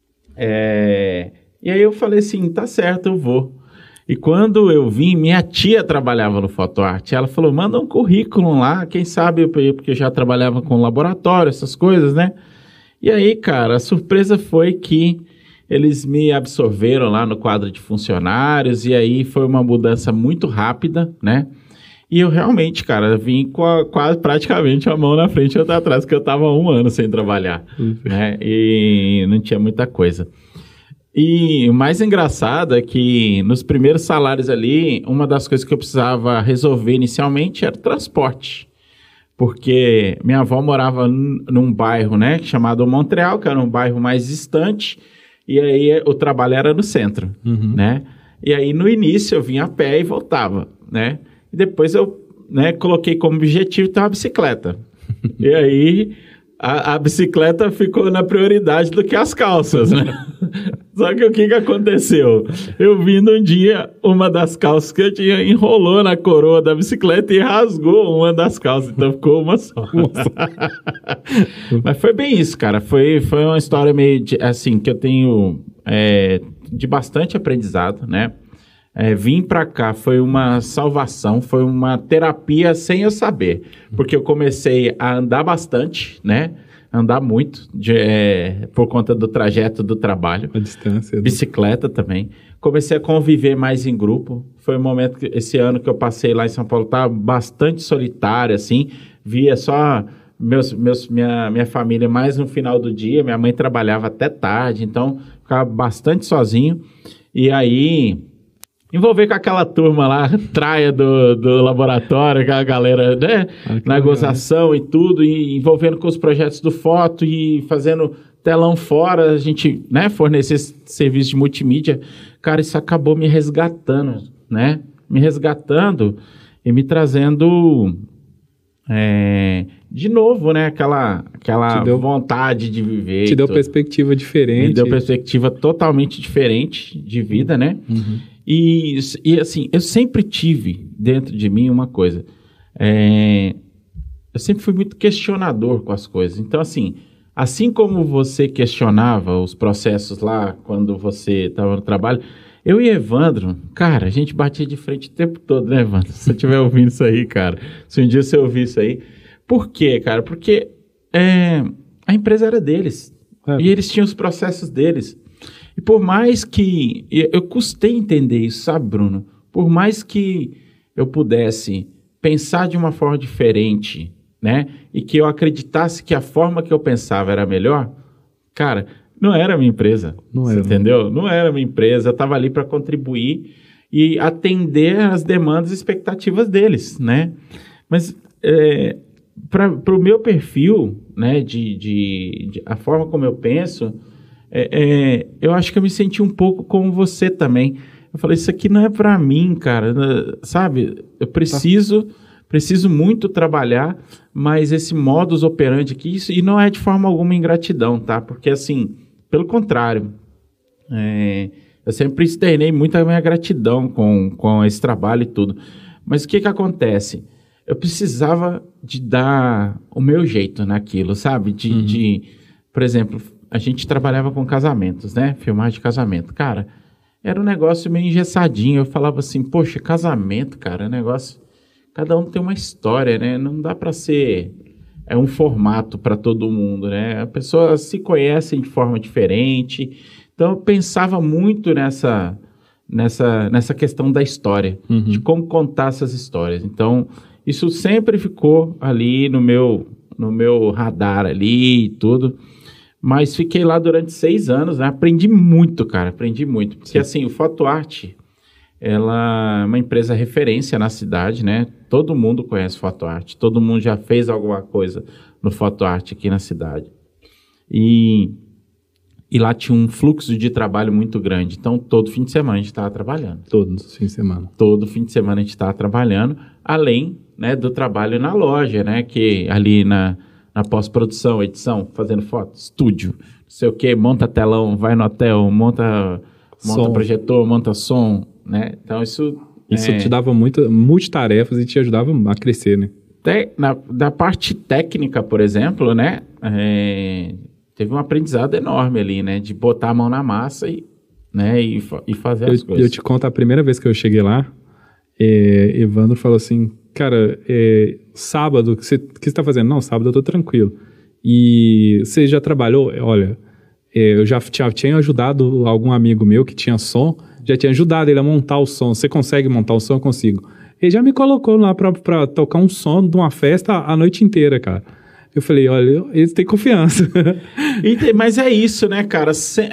E aí eu falei assim, tá certo, eu vou. E quando eu vim, minha tia trabalhava no PhotoArt. Ela falou, manda um currículo lá, quem sabe, porque eu já trabalhava com laboratório, essas coisas, né? E aí, cara, a surpresa foi que eles me absorveram lá no quadro de funcionários, e aí foi uma mudança muito rápida, né? E eu realmente, cara, vim com quase praticamente a mão na frente e outra atrás, porque eu estava há um ano sem trabalhar, né? E não tinha muita coisa. E o mais engraçado é que nos primeiros salários ali, uma das coisas que eu precisava resolver inicialmente era o transporte. Porque minha avó morava num bairro, né, chamado Montreal, que era um bairro mais distante, e aí o trabalho era no centro, né? E aí no início eu vinha a pé e voltava, né? E depois eu, né, coloquei como objetivo ter uma bicicleta. E aí a bicicleta ficou na prioridade do que as calças, né? Só que o que aconteceu? Eu vi num dia, uma das calças que eu tinha enrolou na coroa da bicicleta e rasgou uma das calças. Então ficou uma só. Mas foi bem isso, cara. Foi uma história meio assim, que eu tenho de bastante aprendizado, né? Vim pra cá foi uma salvação, foi uma terapia sem eu saber, porque eu comecei a andar bastante, né? Andar muito, por conta do trajeto do trabalho. A distância. Bicicleta também. Comecei a conviver mais em grupo. Foi um momento, esse ano que eu passei lá em São Paulo, estava bastante solitário, assim. Via só minha família mais no final do dia, minha mãe trabalhava até tarde, então ficava bastante sozinho. E aí, envolver com aquela turma lá, traia do laboratório, aquela galera, né? Na gozação e tudo, e envolvendo com os projetos do Foto e fazendo telão fora, a gente, né, fornecer serviço de multimídia. Cara, isso acabou me resgatando, né? Me resgatando e me trazendo de novo, né? Aquela vontade de viver. Te deu perspectiva diferente. Me deu perspectiva totalmente diferente de vida, né? Uhum. E assim, eu sempre tive dentro de mim uma coisa. Eu sempre fui muito questionador com as coisas. Então, assim como você questionava os processos lá quando você estava no trabalho, eu e Evandro, cara, a gente batia de frente o tempo todo, né, Evandro? Se você estiver ouvindo isso aí, cara, se um dia você ouvir isso aí. Por quê, cara? Porque a empresa era deles. E eles tinham os processos deles. E por mais que... Eu custei entender isso, sabe, Bruno? Por mais que eu pudesse pensar de uma forma diferente, né? E que eu acreditasse que a forma que eu pensava era melhor, cara, não era a minha empresa. Não era, entendeu? Não era a minha empresa. Eu estava ali para contribuir e atender as demandas e expectativas deles, né? Mas para o meu perfil, né? A forma como eu penso... eu acho que eu me senti um pouco como você também. Eu falei, isso aqui não é para mim, cara, sabe? Eu preciso muito trabalhar, mas esse modus operandi aqui, e não é de forma alguma ingratidão, tá? Porque, assim, pelo contrário, eu sempre externei muito a minha gratidão com esse trabalho e tudo. Mas o que que acontece? Eu precisava de dar o meu jeito naquilo, sabe? Por exemplo... A gente trabalhava com casamentos, né? Filmagem de casamento. Cara, era um negócio meio engessadinho. Eu falava assim, poxa, casamento, cara, é um negócio... Cada um tem uma história, né? Não dá para ser um formato para todo mundo, né? As pessoas se conhecem de forma diferente. Então, eu pensava muito nessa questão da história, de como contar essas histórias. Então, isso sempre ficou ali no meu radar ali e tudo... Mas fiquei lá durante 6 anos, né? Aprendi muito, cara, Porque, assim, o FotoArt, ela é uma empresa referência na cidade, né? Todo mundo conhece FotoArt, todo mundo já fez alguma coisa no FotoArt aqui na cidade. E lá tinha um fluxo de trabalho muito grande. Então, todo fim de semana a gente estava trabalhando. Todo fim de semana. Todo fim de semana a gente estava trabalhando, além, né, do trabalho na loja, né? Que ali na pós-produção, edição, fazendo foto, estúdio, não sei o que, monta telão, vai no hotel, monta projetor, monta som, né? Então isso te dava multitarefas e te ajudava a crescer, né? Da parte técnica, por exemplo, né? Teve um aprendizado enorme ali, né? De botar a mão na massa e fazer as coisas. Eu te conto, a primeira vez que eu cheguei lá, Evandro falou assim, cara, sábado, o que você está fazendo? Não, sábado eu tô tranquilo. E você já trabalhou? Olha, eu já tinha ajudado algum amigo meu que tinha som, já tinha ajudado ele a montar o som. Você consegue montar o som? Eu consigo. Ele já me colocou lá pra tocar um som de uma festa a noite inteira, cara. Eu falei, olha, eles têm confiança. Mas é isso, né, cara?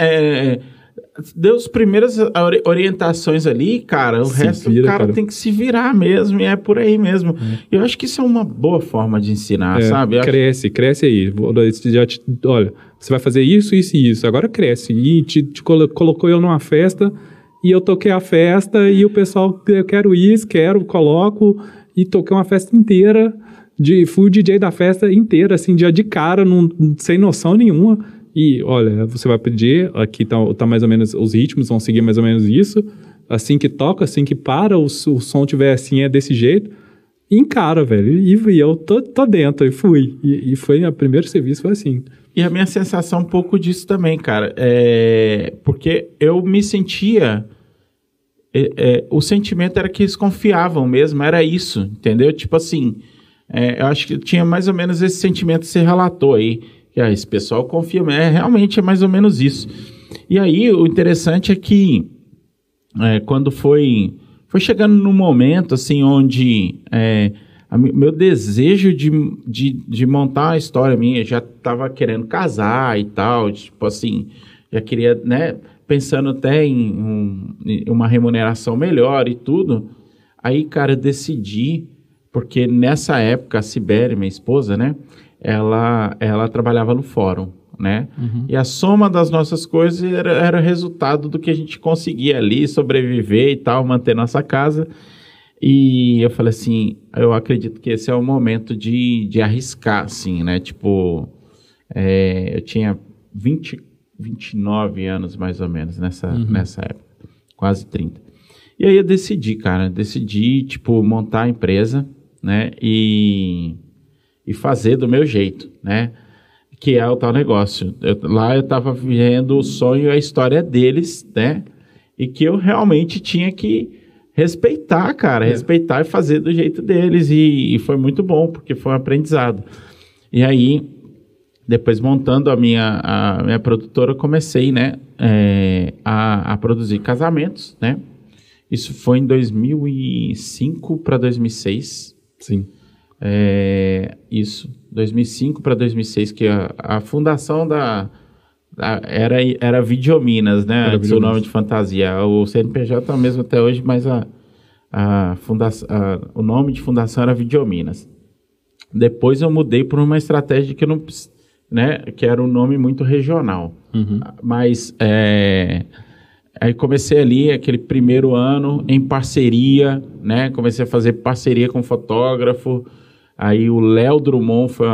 Deu as primeiras orientações ali, cara, o resto o cara tem que se virar mesmo, e é por aí mesmo. Eu acho que isso é uma boa forma de ensinar, sabe? Cresce aí. Olha, você vai fazer isso, isso e isso, agora cresce. E te colocou eu numa festa, e eu toquei a festa, e o pessoal, eu quero isso, coloco, e toquei uma festa inteira, fui o DJ da festa inteira, assim, de cara, sem noção nenhuma. E, olha, você vai pedir, aqui tá mais ou menos, os ritmos vão seguir mais ou menos isso, assim que toca, assim que para, o som tiver assim, é desse jeito, e encara, velho, e eu tô dentro, e fui, e foi, o primeiro serviço foi assim. E a minha sensação é um pouco disso também, cara, porque eu me sentia, o sentimento era que eles confiavam mesmo, era isso, entendeu? Tipo assim, eu acho que tinha mais ou menos esse sentimento que você relatou aí, que esse pessoal confia, realmente é mais ou menos isso. E aí, o interessante é que quando foi chegando num momento, assim, onde Meu desejo de montar uma história minha, já estava querendo casar e tal, tipo assim, já queria, né, pensando até em uma remuneração melhor e tudo. Aí, cara, eu decidi, porque nessa época a Sibeli, minha esposa, né, ela trabalhava no fórum, né, e a soma das nossas coisas era resultado do que a gente conseguia ali, sobreviver e tal, manter nossa casa. E eu falei assim, eu acredito que esse é o momento de arriscar, assim, né? Tipo, eu tinha 29 anos, mais ou menos, nessa época. Quase 30. E aí eu decidi, cara, tipo, montar a empresa, né? E fazer do meu jeito, né? Que é o tal negócio. Lá eu tava vivendo o sonho e a história deles, né? E que eu realmente tinha que respeitar, cara, respeitar e fazer do jeito deles, e foi muito bom, porque foi um aprendizado. E aí, depois montando a minha produtora, eu comecei, né, a produzir casamentos, né, isso foi em 2005 para 2006. Sim. 2005 para 2006, que a fundação era Videominas, né? Era o nome de fantasia. O CNPJ é o mesmo até hoje, mas o nome de fundação era Videominas. Depois eu mudei por uma estratégia que eu não, né? Que era um nome muito regional. Mas aí comecei ali aquele primeiro ano em parceria, né? Comecei a fazer parceria com fotógrafo. Aí o Léo Drummond foi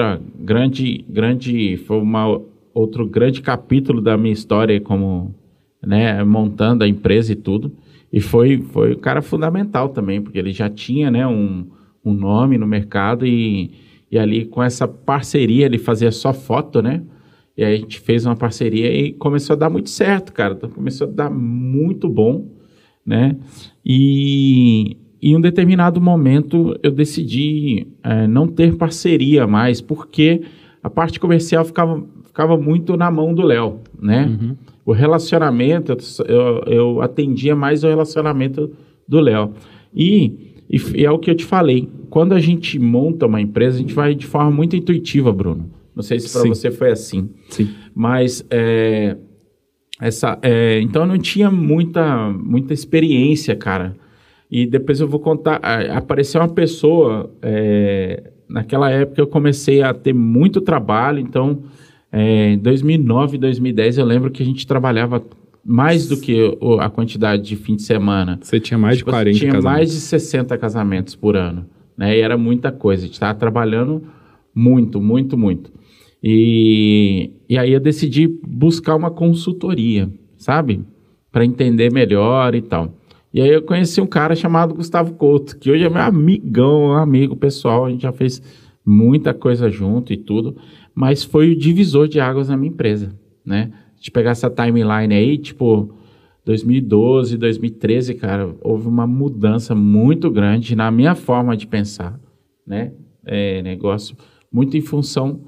outro grande capítulo da minha história, como, né, montando a empresa e tudo. E foi o cara fundamental também, porque ele já tinha, né, um nome no mercado, e ali com essa parceria ele fazia só foto, né? E aí a gente fez uma parceria e começou a dar muito certo, cara. Então começou a dar muito bom, né? E em um determinado momento eu decidi não ter parceria mais, porque a parte comercial ficava muito na mão do Léo, né? O relacionamento, eu atendia mais o relacionamento do Léo. E é o que eu te falei, quando a gente monta uma empresa, a gente vai de forma muito intuitiva, Bruno. Não sei se para você foi assim. Sim. Mas então eu não tinha muita experiência, cara. E depois eu vou contar, apareceu uma pessoa, naquela época eu comecei a ter muito trabalho, então em 2009, 2010 eu lembro que a gente trabalhava mais do que a quantidade de fim de semana. Você tinha mais de 40 tinha casamentos. Mais de 60 casamentos por ano, né? E era muita coisa, a gente estava trabalhando muito, muito, muito. E aí eu decidi buscar uma consultoria, sabe? Para entender melhor e tal. E aí eu conheci um cara chamado Gustavo Couto, que hoje é meu amigão, um amigo pessoal, a gente já fez muita coisa junto e tudo, mas foi o divisor de águas na minha empresa, né? De pegar essa timeline aí, tipo, 2012, 2013, cara, houve uma mudança muito grande na minha forma de pensar, né? Negócio muito em função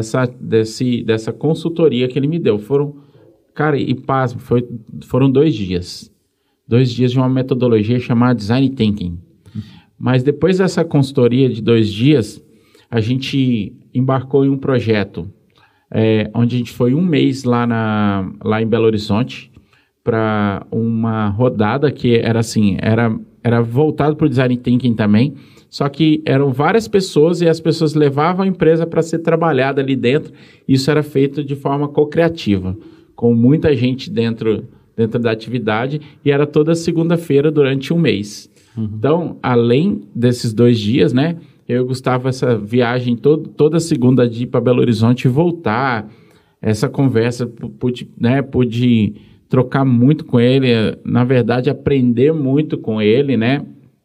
dessa consultoria que ele me deu. Cara, e pasme, foram 2 dias. 2 dias de uma metodologia chamada Design Thinking. Mas depois dessa consultoria de 2 dias, a gente embarcou em um projeto onde a gente foi 1 mês lá em Belo Horizonte para uma rodada que era voltado para o Design Thinking também, só que eram várias pessoas e as pessoas levavam a empresa para ser trabalhada ali dentro. Isso era feito de forma co-criativa, com muita gente dentro da atividade, e era toda segunda-feira durante 1 mês. Então, além desses 2 dias, né, eu e o Gustavo, essa viagem toda segunda de ir para Belo Horizonte e voltar, essa conversa, pude trocar muito com ele, na verdade, aprender muito com ele, né,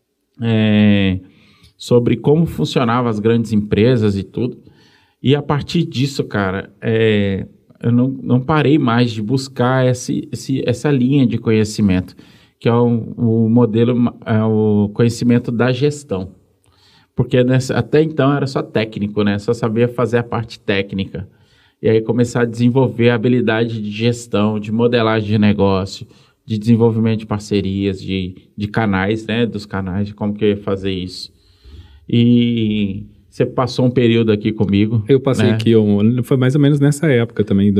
sobre como funcionavam as grandes empresas e tudo. E a partir disso, cara, eu não parei mais de buscar essa linha de conhecimento, que é o modelo, o conhecimento da gestão. Porque até então era só técnico, né? Só sabia fazer a parte técnica. E aí começar a desenvolver a habilidade de gestão, de modelagem de negócio, de desenvolvimento de parcerias, de canais, né? Dos canais, de como que eu ia fazer isso. E você passou um período aqui comigo. Eu passei aqui, foi mais ou menos nessa época também,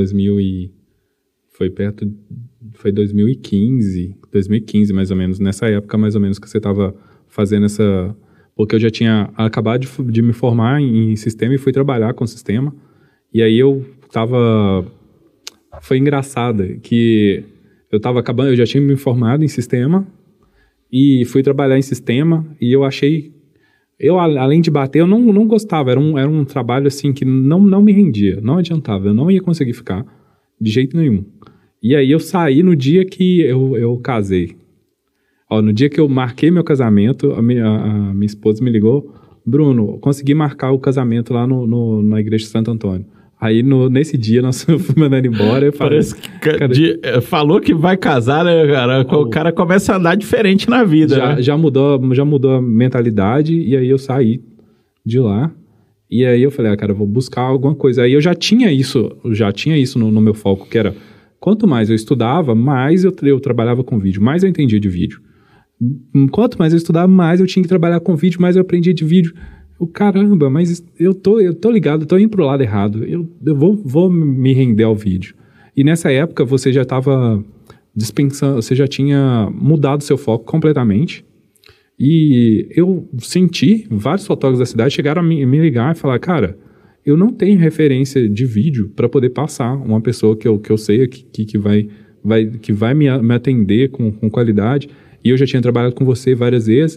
foi 2015 mais ou menos, nessa época mais ou menos que você estava fazendo essa... Porque eu já tinha acabado de me formar em sistema e fui trabalhar com sistema. E aí eu tava... Foi engraçado que eu tava acabando, eu já tinha me formado em sistema e fui trabalhar em sistema e eu achei... além de bater, eu não gostava. Era um trabalho assim que não me rendia, não adiantava. Eu não ia conseguir ficar de jeito nenhum. E aí eu saí no dia que eu casei. No dia que eu marquei meu casamento, a minha esposa me ligou: Bruno, consegui marcar o casamento lá na igreja de Santo Antônio. Aí nesse dia nós fomos mandando embora. Eu falei, parece que falou que vai casar, né, cara? O cara começa a andar diferente na vida. Já mudou a mentalidade, e aí eu saí de lá. E aí eu falei, cara, eu vou buscar alguma coisa. Aí eu já tinha isso no meu foco, que era, quanto mais eu estudava, mais eu trabalhava com vídeo, mais eu entendia de vídeo. Quanto mais eu estudava, mais eu tinha que trabalhar com vídeo, mais eu aprendia de vídeo. Caramba, mas eu tô ligado, tô indo pro lado errado. Eu vou me render ao vídeo. E nessa época você já estava dispensando, você já tinha mudado seu foco completamente. E eu senti, vários fotógrafos da cidade chegaram a me ligar e falar, cara, eu não tenho referência de vídeo para poder passar uma pessoa que eu sei que vai me atender com qualidade. E eu já tinha trabalhado com você várias vezes.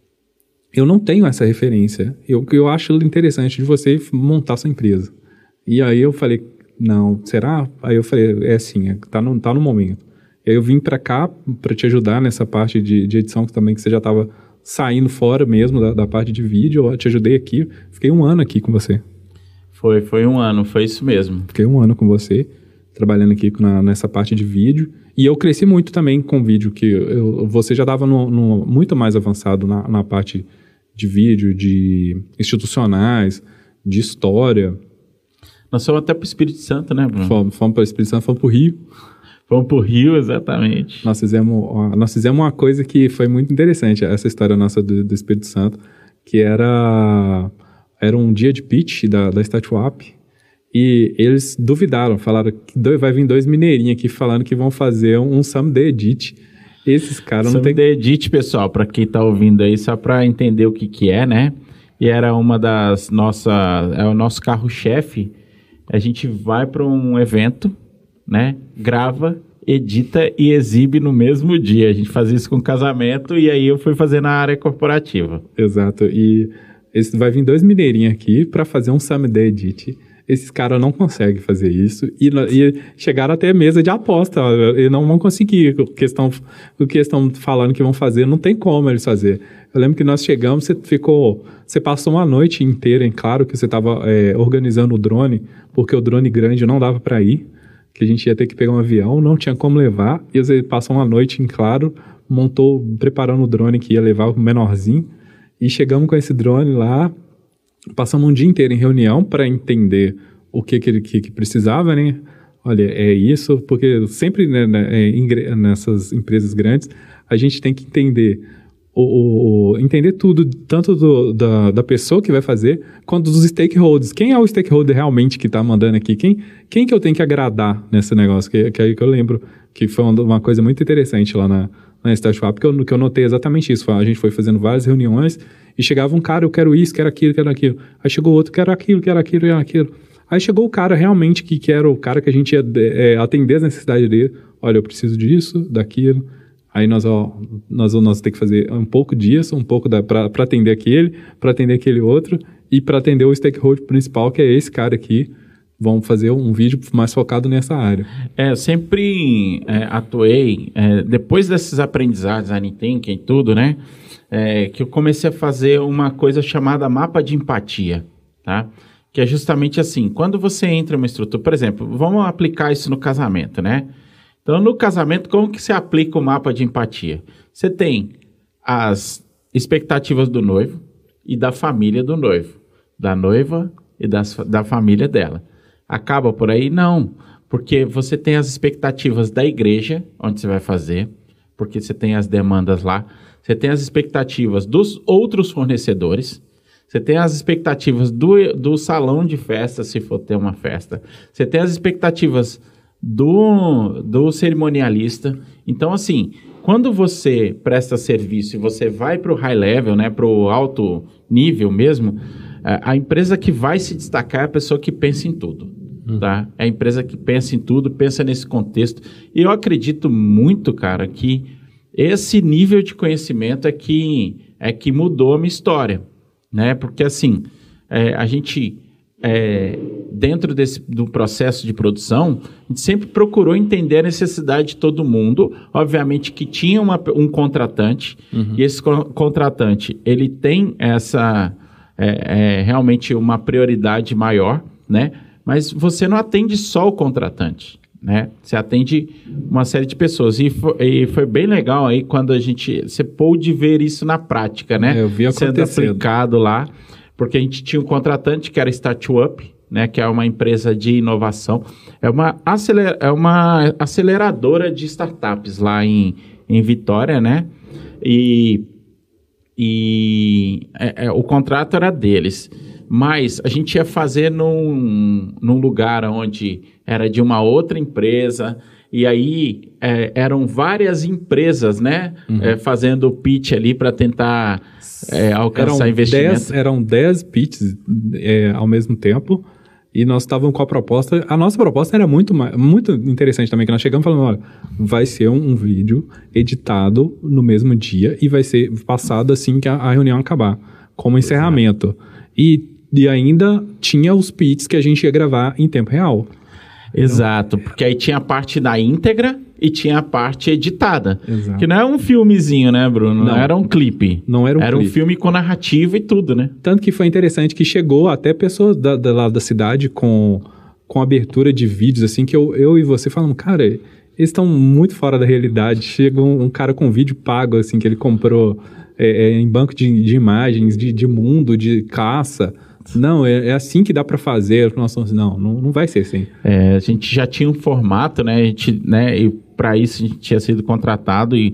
Eu não tenho essa referência. Eu acho interessante de você montar sua empresa. E aí eu falei, não, será? Aí eu falei, sim, tá no momento. E aí eu vim para cá para te ajudar nessa parte de edição também, que você já estava saindo fora mesmo da parte de vídeo. Eu te ajudei aqui. Fiquei 1 ano aqui com você. Foi 1 ano, foi isso mesmo. Fiquei 1 ano com você, trabalhando aqui nessa parte de vídeo. E eu cresci muito também com vídeo, que você já estava muito mais avançado na parte de vídeo, de institucionais, de história. Nós fomos até para o Espírito Santo, né, Bruno? Fomos para o Espírito Santo, fomos para o Rio. Fomos para o Rio, exatamente. Nós fizemos uma coisa que foi muito interessante, essa história nossa do Espírito Santo, que era um dia de pitch da Statuap, e eles duvidaram, falaram que vai vir 2 mineirinhos aqui falando que vão fazer um Someday Edit. Esses caras não tem... Someday Edit, pessoal, para quem tá ouvindo aí, só para entender o que é, né? E era uma das é o nosso carro-chefe. A gente vai para um evento, né? Grava, edita e exibe no mesmo dia. A gente fazia isso com casamento e aí eu fui fazer na área corporativa. Exato. E vai vir 2 mineirinhos aqui para fazer um Someday Edit. Esses caras não conseguem fazer isso e chegaram até a mesa de aposta. E não vão conseguir. O que estão falando que vão fazer, não tem como eles fazer. Eu lembro que nós chegamos, você passou uma noite inteira, em claro que você estava organizando o drone, porque o drone grande não dava para ir, que a gente ia ter que pegar um avião, não tinha como levar, e você passou uma noite em claro, preparando o drone que ia levar o menorzinho, e chegamos com esse drone lá, passamos um dia inteiro em reunião para entender o que precisava, né? Olha, é isso, porque sempre nessas empresas grandes, a gente tem que entender entender tudo, tanto da pessoa que vai fazer, quanto dos stakeholders. Quem é o stakeholder realmente que está mandando aqui? Quem que eu tenho que agradar nesse negócio? Que aí que eu lembro que foi uma coisa muito interessante lá na Statuap, que eu notei exatamente isso. A gente foi fazendo várias reuniões e chegava um cara, eu quero isso, quero aquilo, quero aquilo. Aí chegou outro, quero aquilo, quero aquilo, quero aquilo. Aí chegou o cara realmente que era o cara que a gente ia atender as necessidades dele. Olha, eu preciso disso, daquilo. Aí nós temos que fazer um pouco disso, um pouco para atender aquele outro e para atender o stakeholder principal, que é esse cara aqui. Vamos fazer um vídeo mais focado nessa área. Eu sempre atuei, depois desses aprendizados, design thinking e tudo, né? Que eu comecei a fazer uma coisa chamada mapa de empatia, tá? Que é justamente assim, quando você entra em uma estrutura, por exemplo, vamos aplicar isso no casamento, né? Então, no casamento, como que você aplica o mapa de empatia? Você tem as expectativas do noivo e da família do noivo, da noiva e da família dela. Acaba por aí? Não, porque você tem as expectativas da igreja, onde você vai fazer, porque você tem as demandas lá, você tem as expectativas dos outros fornecedores, Você tem as expectativas do salão de festa, se for ter uma festa. Você tem as expectativas do cerimonialista. Então, assim, quando você presta serviço e você vai para o high level, né, para o alto nível mesmo, a empresa que vai se destacar é a pessoa que pensa em tudo. Tá? É a empresa que pensa em tudo, pensa nesse contexto. E eu acredito muito, cara, que esse nível de conhecimento é que mudou a minha história, né? Porque, assim, a gente, dentro do processo de produção, a gente sempre procurou entender a necessidade de todo mundo. Obviamente que tinha um contratante, e esse contratante, ele tem realmente uma prioridade maior, né? Mas você não atende só o contratante, né? Você atende uma série de pessoas. E foi bem legal aí quando você pôde ver isso na prática, né? Eu vi sendo aplicado lá, porque a gente tinha um contratante que era Startup, né? Que é uma empresa de inovação. É uma aceleradora de startups lá em Vitória, né? E o contrato era deles. Mas a gente ia fazer num lugar onde era de uma outra empresa, e aí eram várias empresas, né? Fazendo o pitch ali para tentar alcançar investimento. Eram 10 pitches ao mesmo tempo, e nós estávamos com a proposta. A nossa proposta era muito interessante também, que nós chegamos falando, olha, vai ser um vídeo editado no mesmo dia e vai ser passado assim que a reunião acabar, como encerramento. E ainda tinha os pitches que a gente ia gravar em tempo real. Exato, porque aí tinha a parte da íntegra e tinha a parte editada. Exato. Que não é um filmezinho, né, Bruno? Não era um clipe. Não era um clipe. Era um filme com narrativa e tudo, né? Tanto que foi interessante que chegou até pessoas lá da cidade com abertura de vídeos, assim, que eu e você falamos, cara, eles estão muito fora da realidade. Chega um cara com vídeo pago, assim, que ele comprou em banco de imagens, de mundo, de caça. Não, é assim que dá para fazer. Nós falamos, não vai ser assim. A gente já tinha um formato, né? E para isso a gente tinha sido contratado e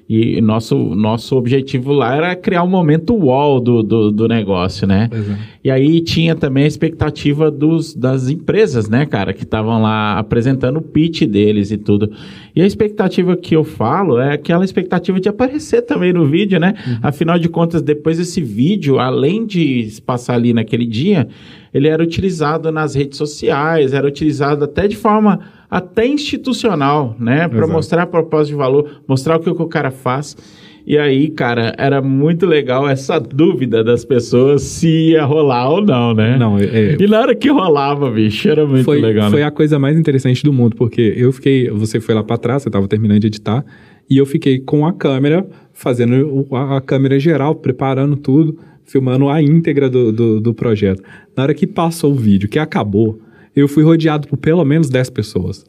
nosso objetivo lá era criar um momento wow do negócio, né? Exato. E aí tinha também a expectativa das empresas, né, cara, que estavam lá apresentando o pitch deles e tudo. E a expectativa que eu falo é aquela expectativa de aparecer também no vídeo, né? Afinal de contas, depois esse vídeo, além de se passar ali naquele dia, ele era utilizado nas redes sociais, era utilizado até de forma até institucional, né? Para mostrar a proposta de valor, mostrar o que o cara faz. E aí, cara, era muito legal essa dúvida das pessoas se ia rolar ou não, né? E na hora que rolava, bicho, era muito legal. Foi a coisa mais interessante do mundo, porque você foi lá para trás, você estava terminando de editar, e eu fiquei com a câmera, fazendo a câmera geral, preparando tudo, filmando a íntegra do projeto. Na hora que passou o vídeo, que acabou, eu fui rodeado por pelo menos 10 pessoas.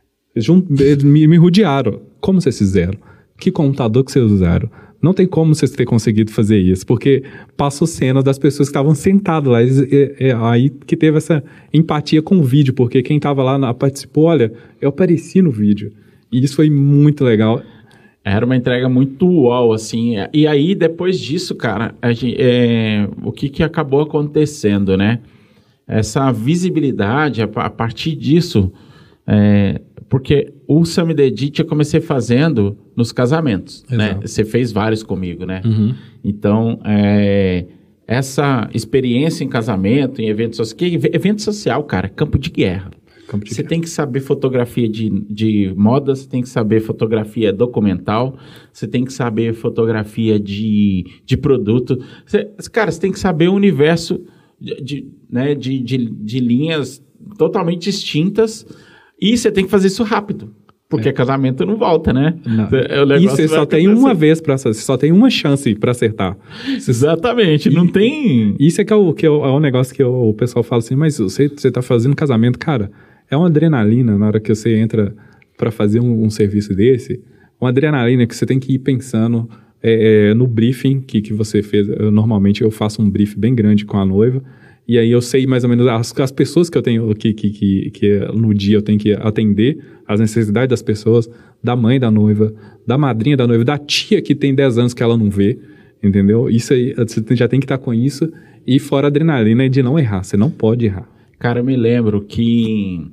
Me rodearam. Como vocês fizeram? Que computador que vocês usaram? Não tem como vocês terem conseguido fazer isso, porque passou cena das pessoas que estavam sentadas lá. Aí que teve essa empatia com o vídeo, porque quem estava lá participou, olha, eu apareci no vídeo. E isso foi muito legal. Era uma entrega muito uau, assim. E aí, depois disso, cara, o que acabou acontecendo, né? Essa visibilidade, a partir disso, porque o Sami Dedit eu comecei fazendo nos casamentos, né? Você fez vários comigo, né? Então, essa experiência em casamento, em evento social, cara, campo de guerra. Você tem que saber fotografia de moda, você tem que saber fotografia documental, você tem que saber fotografia de produto. Cara, você tem que saber o universo de linhas totalmente distintas e você tem que fazer isso rápido. Porque casamento não volta, né? E você só tem uma vez você só tem uma chance para acertar. Exatamente, não tem... Isso é um negócio que o pessoal fala assim, mas você tá fazendo casamento, cara, é uma adrenalina na hora que você entra para fazer um serviço desse, uma adrenalina que você tem que ir pensando no briefing que você fez. Normalmente eu faço um briefing bem grande com a noiva, e aí eu sei mais ou menos as pessoas que eu tenho, que no dia eu tenho que atender, as necessidades das pessoas, da mãe da noiva, da madrinha da noiva, da tia que tem 10 anos que ela não vê, entendeu? Isso aí, você já tem que estar com isso, E fora a adrenalina de não errar, você não pode errar. Cara, eu me lembro que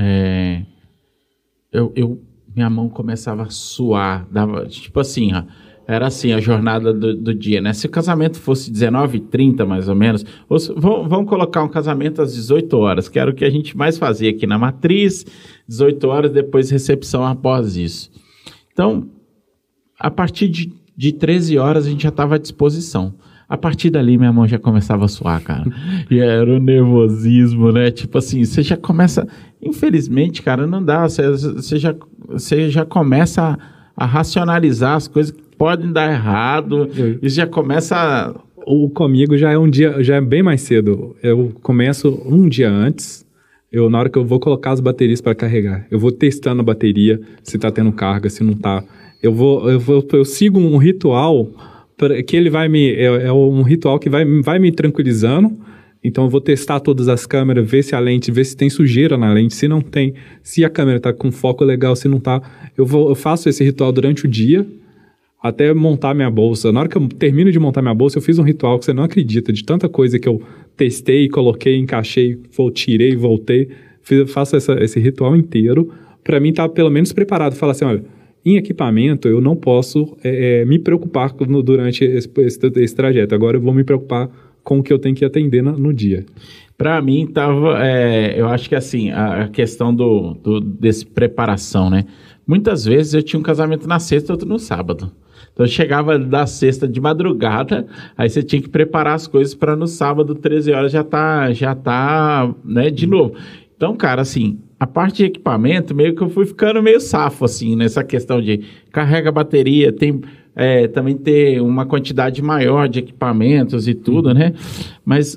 minha mão começava a suar, dava, tipo assim, ó, era assim a jornada do dia, né? Se o casamento fosse 19h30, mais ou menos, vamos colocar um casamento às 18 horas, que era o que a gente mais fazia aqui na Matriz, 18 horas, depois recepção após isso. Então, a partir de 13 horas a gente já estava à disposição. A partir dali, minha mão já começava a suar, cara. E era o nervosismo, né? Tipo assim, você já começa... Infelizmente, cara, não dá. Você já começa a racionalizar as coisas que podem dar errado. E já começa... Comigo já é um dia, já é bem mais cedo. Eu começo um dia antes. Na hora que eu vou colocar as baterias para carregar, eu vou testando a bateria, se tá tendo carga, se não tá. Eu sigo um ritual... que ele vai é um ritual que vai me tranquilizando. Então eu vou testar todas as câmeras, ver se a lente, ver se tem sujeira na lente, se não tem, se a câmera tá com foco legal, se não tá. Eu faço esse ritual durante o dia até montar minha bolsa. Na hora que eu termino de montar minha bolsa, eu fiz um ritual que você não acredita, de tanta coisa que eu testei, coloquei, encaixei, tirei, voltei. Faço esse ritual inteiro para mim estar pelo menos preparado. Falar assim, olha, em equipamento, eu não posso me preocupar durante esse trajeto. Agora eu vou me preocupar com o que eu tenho que atender no dia. Para mim, eu acho que assim, a questão desse preparação, né? Muitas vezes eu tinha um casamento na sexta, outro no sábado. Então eu chegava da sexta de madrugada, aí você tinha que preparar as coisas para no sábado, 13 horas, já tá, né, de novo. Então, cara, assim... A parte de equipamento, meio que eu fui ficando meio safo, assim, nessa questão de carrega a bateria, também ter uma quantidade maior de equipamentos e tudo, né? Mas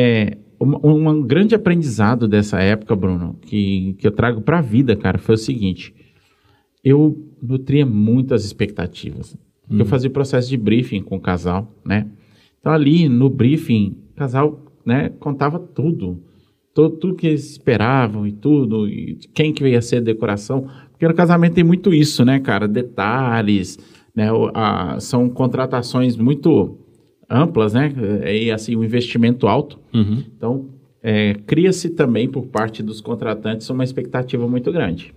um grande aprendizado dessa época, Bruno, que eu trago para a vida, cara, foi o seguinte. Eu nutria muitas expectativas. Eu fazia o processo de briefing com o casal, né? Então, ali no briefing, o casal, né, contava tudo. Tudo que eles esperavam e tudo, e quem que ia ser a decoração, porque no casamento tem muito isso, né, cara, detalhes, né, são contratações muito amplas, né, e assim, um investimento alto, então, cria-se também por parte dos contratantes uma expectativa muito grande.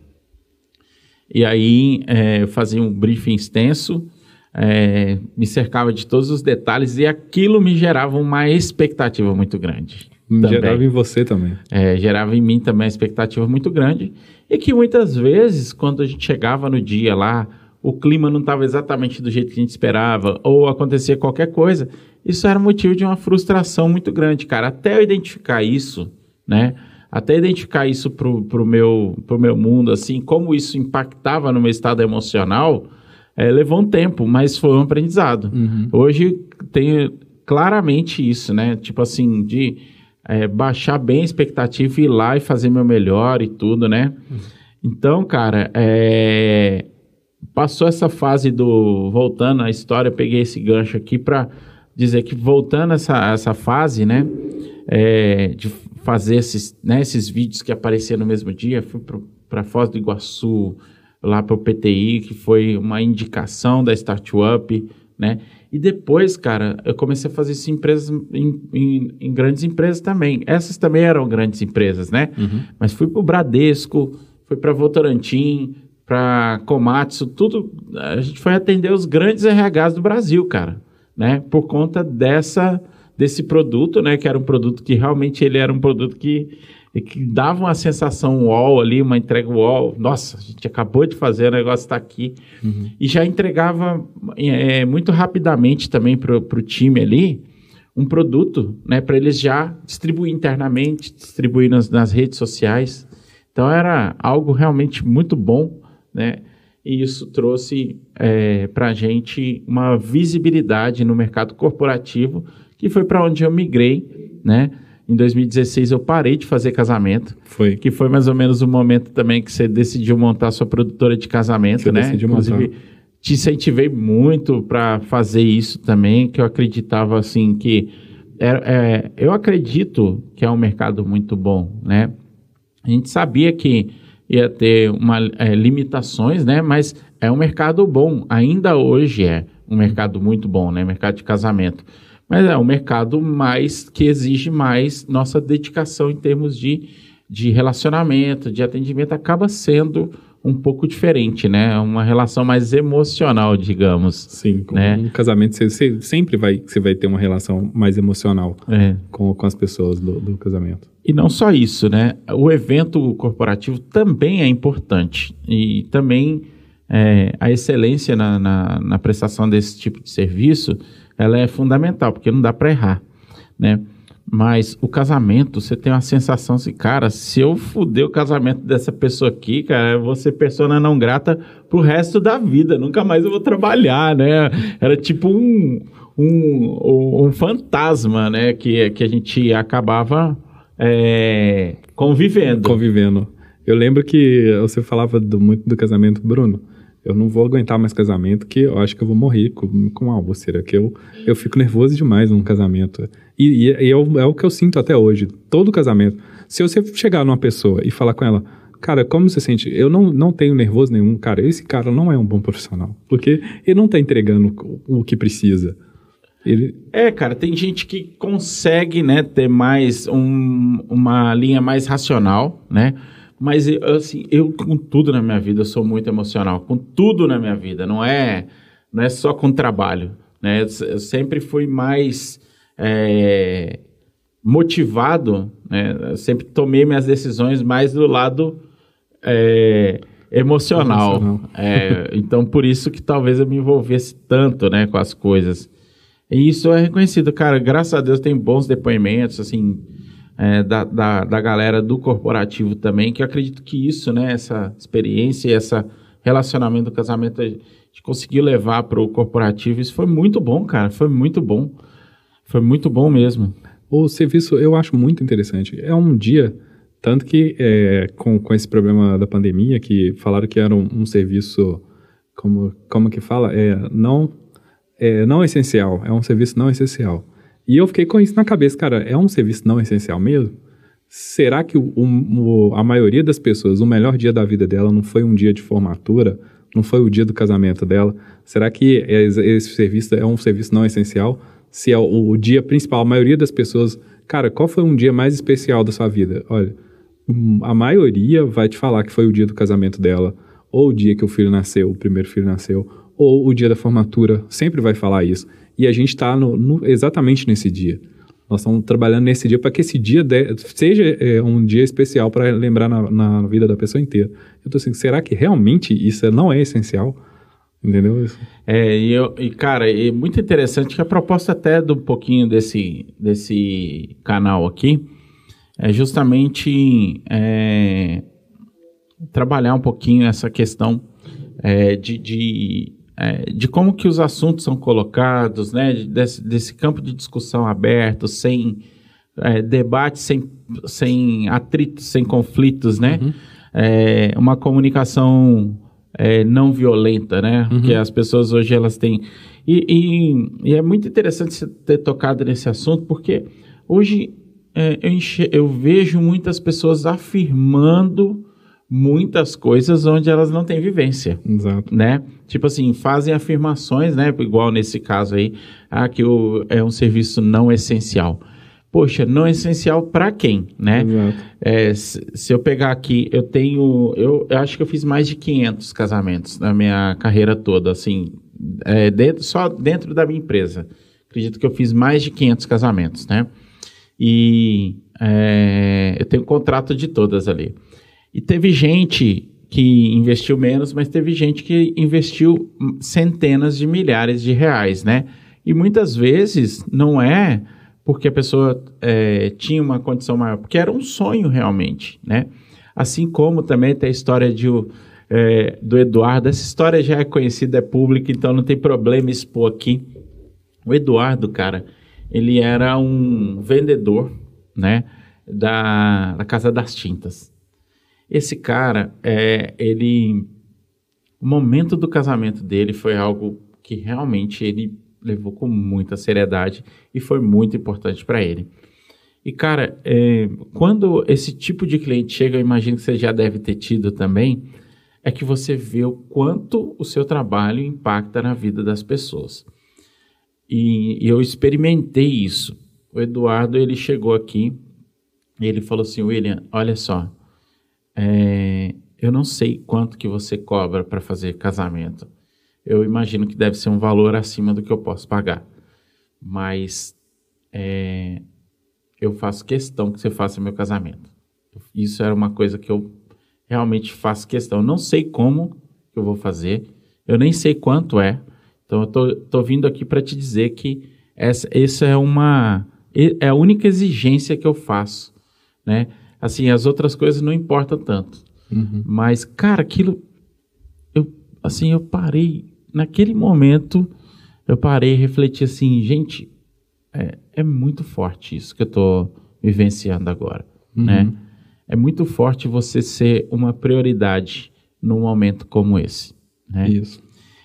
E aí, eu fazia um briefing extenso, me cercava de todos os detalhes e aquilo me gerava uma expectativa muito grande. Gerava em você também. Gerava em mim também uma expectativa muito grande. E que muitas vezes, quando a gente chegava no dia lá, o clima não estava exatamente do jeito que a gente esperava, ou acontecia qualquer coisa, isso era motivo de uma frustração muito grande, cara. Até eu identificar isso, né? Até identificar isso pro meu mundo, assim, como isso impactava no meu estado emocional, levou um tempo, mas foi um aprendizado. Hoje tem claramente isso, né? Tipo assim, de... baixar bem a expectativa e ir lá e fazer meu melhor e tudo, né? Então, cara, passou essa fase voltando à história, eu peguei esse gancho aqui para dizer que voltando essa fase, né, de fazer esses vídeos que apareciam no mesmo dia, fui para Foz do Iguaçu, lá para o PTI, que foi uma indicação da Startup, né? E depois, cara, eu comecei a fazer isso em grandes empresas também. Essas também eram grandes empresas, né? Mas fui para o Bradesco, fui para Votorantim, para Komatsu, tudo. A gente foi atender os grandes RHs do Brasil, cara, né? Por conta desse produto, né? Que era um produto que realmente ele era um produto que dava uma sensação wow ali, uma entrega wow. Nossa, a gente acabou de fazer, o negócio está aqui. E já entregava muito rapidamente também para o time ali um produto, né, para eles já distribuir internamente, distribuir nas redes sociais. Então era algo realmente muito bom, né? E isso trouxe para a gente uma visibilidade no mercado corporativo, que foi para onde eu migrei, né? Em 2016 eu parei de fazer casamento. Que foi mais ou menos o momento também que você decidiu montar sua produtora de casamento, né? Inclusive, te incentivei muito para fazer isso também, que eu acreditava assim que... eu acredito que é um mercado muito bom, né? A gente sabia que ia ter limitações, né? Mas é um mercado bom. Ainda hoje é um mercado muito bom, né? Mercado de casamento. Mas é um mercado que exige mais nossa dedicação em termos de relacionamento, de atendimento, acaba sendo um pouco diferente, né? Uma relação mais emocional, digamos. Sim, com um casamento você sempre vai ter uma relação mais emocional com as pessoas do casamento. E não só isso, né? O evento corporativo também é importante e também a excelência na prestação desse tipo de serviço, ela é fundamental, porque não dá para errar, né? Mas o casamento, você tem uma sensação assim, cara, se eu fuder o casamento dessa pessoa aqui, cara, eu vou ser persona não grata pro resto da vida, nunca mais eu vou trabalhar, né? Era tipo um fantasma, né? Que a gente acabava convivendo. Eu lembro que você falava muito do casamento, Bruno. Eu não vou aguentar mais casamento, que eu acho que eu vou morrer com uma úlcera, que eu fico nervoso demais num casamento. E é o que eu sinto até hoje, todo casamento. Se você chegar numa pessoa e falar com ela, cara, como você sente? Eu não tenho nervoso nenhum, cara, esse cara não é um bom profissional, porque ele não está entregando o que precisa. Cara, tem gente que consegue, né, ter mais uma linha mais racional, né? Mas, assim, eu com tudo na minha vida, eu sou muito emocional. Com tudo na minha vida. Não é só com trabalho, né? Eu sempre fui mais motivado, né? Eu sempre tomei minhas decisões mais do lado emocional. Então, por isso que talvez eu me envolvesse tanto, né, com as coisas. E isso é reconhecido. Cara, graças a Deus tem bons depoimentos, assim... da galera do corporativo também, que eu acredito que isso, né, essa experiência e esse relacionamento do casamento, a gente conseguiu levar para o corporativo. Isso foi muito bom, cara, foi muito bom mesmo. O serviço eu acho muito interessante. É um dia, tanto que com esse problema da pandemia, que falaram que era um serviço, como que fala? Não essencial, é um serviço não essencial. E eu fiquei com isso na cabeça, cara, é um serviço não essencial mesmo? Será que a maioria das pessoas, o melhor dia da vida dela não foi um dia de formatura, não foi o dia do casamento dela? Será que esse serviço é um serviço não essencial? Se é o dia principal, a maioria das pessoas... Cara, qual foi um dia mais especial da sua vida? Olha, a maioria vai te falar que foi o dia do casamento dela, ou o dia que o filho nasceu, o primeiro filho nasceu, ou o dia da formatura, sempre vai falar isso. E a gente está exatamente nesse dia. Nós estamos trabalhando nesse dia para que esse dia seja um dia especial para lembrar na vida da pessoa inteira. Eu estou assim, será que realmente isso não é essencial? Entendeu? Cara, é muito interessante que a proposta até do pouquinho desse canal aqui é justamente trabalhar um pouquinho essa questão de como que os assuntos são colocados, né? Desse campo de discussão aberto, sem debate, sem atritos, sem conflitos, né? Uhum. Uma comunicação não violenta, né? Uhum. Que as pessoas hoje elas têm... E é muito interessante você ter tocado nesse assunto, porque hoje eu vejo muitas pessoas afirmando muitas coisas onde elas não têm vivência. Exato. Né? Tipo assim, fazem afirmações, né? Igual nesse caso aí, que é um serviço não essencial. Poxa, não essencial para quem, né? Exato. Se eu pegar aqui, eu acho que eu fiz mais de 500 casamentos na minha carreira toda, assim, só dentro da minha empresa. Acredito que eu fiz mais de 500 casamentos, né? E eu tenho contrato de todas ali. E teve gente que investiu menos, mas teve gente que investiu centenas de milhares de reais, né? E muitas vezes não é porque a pessoa tinha uma condição maior, porque era um sonho realmente, né? Assim como também tem a história do Eduardo. Essa história já é conhecida, é pública, então não tem problema expor aqui. O Eduardo, cara, ele era um vendedor, né? Da Casa das Tintas. Esse cara, o momento do casamento dele foi algo que realmente ele levou com muita seriedade e foi muito importante para ele. E, cara, quando esse tipo de cliente chega, eu imagino que você já deve ter tido também, é que você vê o quanto o seu trabalho impacta na vida das pessoas. E eu experimentei isso. O Eduardo, ele chegou aqui e ele falou assim, William, olha só, eu não sei quanto que você cobra para fazer casamento. Eu imagino que deve ser um valor acima do que eu posso pagar. Mas eu faço questão que você faça meu casamento. Isso era uma coisa que eu realmente faço questão. Eu não sei como que eu vou fazer, eu nem sei quanto é. Então, eu tô vindo aqui para te dizer que essa é a única exigência que eu faço, né? Assim, as outras coisas não importam tanto. Uhum. Mas, cara, aquilo... eu parei... Naquele momento, eu parei e refleti assim, gente, é muito forte isso que eu tô vivenciando agora, né? É muito forte você ser uma prioridade num momento como esse, né? Isso.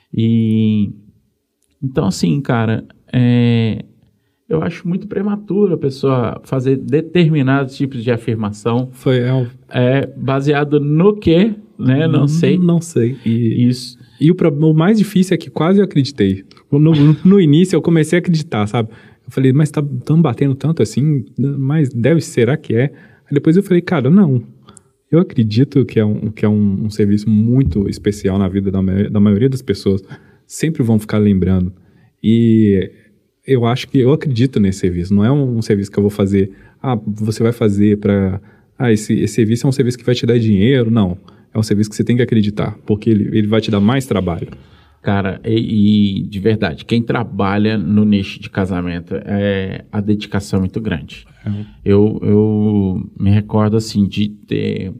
Então, assim, cara, eu acho muito prematuro a pessoa fazer determinados tipos de afirmação. Baseado no quê, né? Não sei. Não sei. Isso. E o mais difícil é que quase eu acreditei. No início eu comecei a acreditar, sabe? Eu falei, mas tão batendo tanto assim, mas será que é? Aí depois eu falei, cara, não. Eu acredito que é um serviço muito especial na vida da maioria das pessoas. Sempre vão ficar lembrando. E eu acredito nesse serviço. Não é um serviço que eu vou fazer, você vai fazer para... esse serviço é um serviço que vai te dar dinheiro. Não. É um serviço que você tem que acreditar, porque ele vai te dar mais trabalho. Cara, e de verdade, quem trabalha no nicho de casamento, a dedicação é muito grande. Eu me recordo, assim, de ter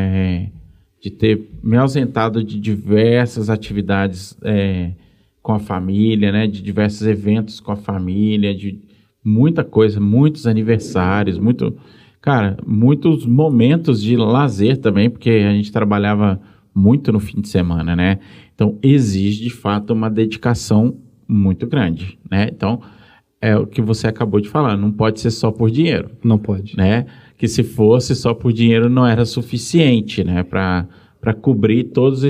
me ausentado de diversas atividades com a família, né? De diversos eventos com a família, de muita coisa, muitos aniversários, muitos momentos de lazer também, porque a gente trabalhava muito no fim de semana, né? Então, exige, de fato, uma dedicação muito grande, né? Então, é o que você acabou de falar, não pode ser só por dinheiro. Não pode. Né? Que se fosse só por dinheiro não era suficiente, né? Para cobrir todas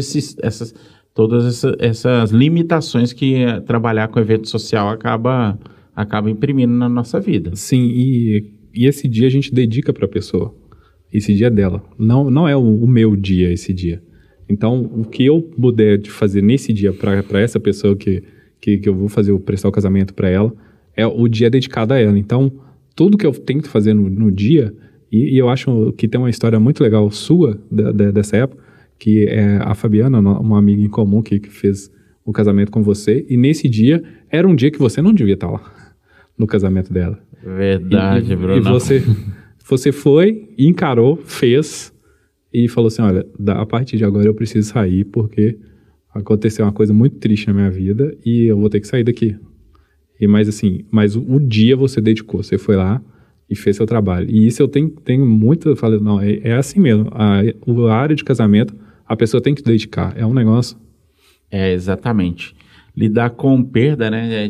essas limitações que trabalhar com evento social acaba imprimindo na nossa vida. Sim, e esse dia a gente dedica para a pessoa. Esse dia é dela. Não é o meu dia esse dia. Então, o que eu puder de fazer nesse dia para essa pessoa que eu vou prestar o casamento para ela, é o dia dedicado a ela. Então, tudo que eu tento fazer no dia, e eu acho que tem uma história muito legal sua dessa época, que é a Fabiana, uma amiga em comum que fez o casamento com você, e nesse dia, era um dia que você não devia estar lá, no casamento dela. Verdade, Bruno. E você foi, encarou, fez, e falou assim, olha, a partir de agora eu preciso sair, porque aconteceu uma coisa muito triste na minha vida, e eu vou ter que sair daqui. Mas o dia você dedicou, você foi lá e fez seu trabalho. E isso eu tenho muito, eu falei, não, é assim mesmo. A área de casamento, a pessoa tem que se dedicar. É um negócio. Exatamente. Lidar com perda, né?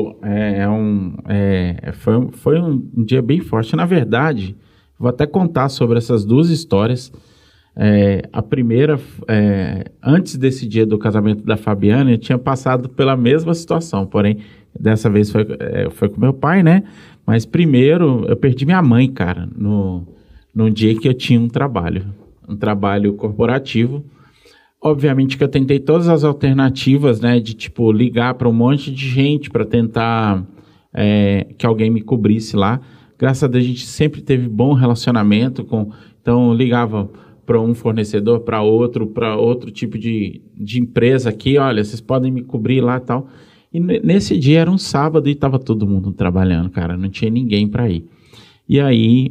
Foi um dia bem forte. Na verdade, vou até contar sobre essas duas histórias. A primeira, antes desse dia do casamento da Fabiana, eu tinha passado pela mesma situação, porém, dessa vez foi com meu pai, né? Mas primeiro, eu perdi minha mãe, cara, num dia que eu tinha um trabalho corporativo. Obviamente que eu tentei todas as alternativas, né? De, ligar para um monte de gente para tentar que alguém me cobrisse lá. Graças a Deus, a gente sempre teve bom relacionamento então, eu ligava para um fornecedor, para outro tipo de empresa aqui, olha, vocês podem me cobrir lá e tal. E nesse dia era um sábado e estava todo mundo trabalhando, cara, não tinha ninguém para ir. E aí,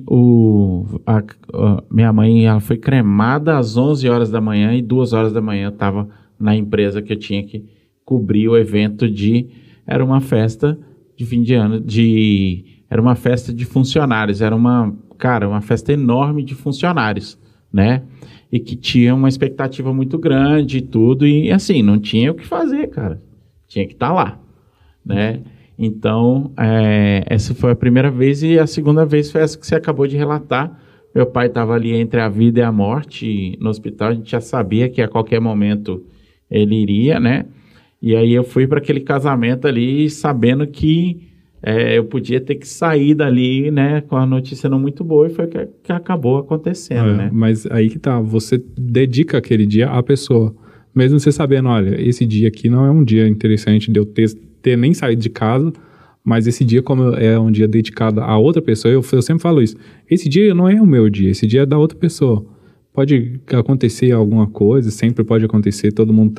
minha mãe ela foi cremada às 11 horas da manhã e 2 horas da manhã eu estava na empresa que eu tinha que cobrir o evento era uma festa de fim de ano, era uma festa de funcionários, era uma festa enorme de funcionários, né? E que tinha uma expectativa muito grande e tudo, e assim, não tinha o que fazer, cara. Tinha que estar lá, né? Então, essa foi a primeira vez, e a segunda vez foi essa que você acabou de relatar. Meu pai estava ali entre a vida e a morte no hospital, a gente já sabia que a qualquer momento ele iria, né? E aí eu fui para aquele casamento ali sabendo que eu podia ter que sair dali, né, com a notícia não muito boa, e foi que acabou acontecendo, né? Mas aí que tá, você dedica aquele dia à pessoa, mesmo você sabendo, olha, esse dia aqui não é um dia interessante de eu ter nem saído de casa, mas esse dia, como é um dia dedicado a outra pessoa, eu sempre falo isso, esse dia não é o meu dia, esse dia é da outra pessoa. Pode acontecer alguma coisa, sempre pode acontecer, todo mundo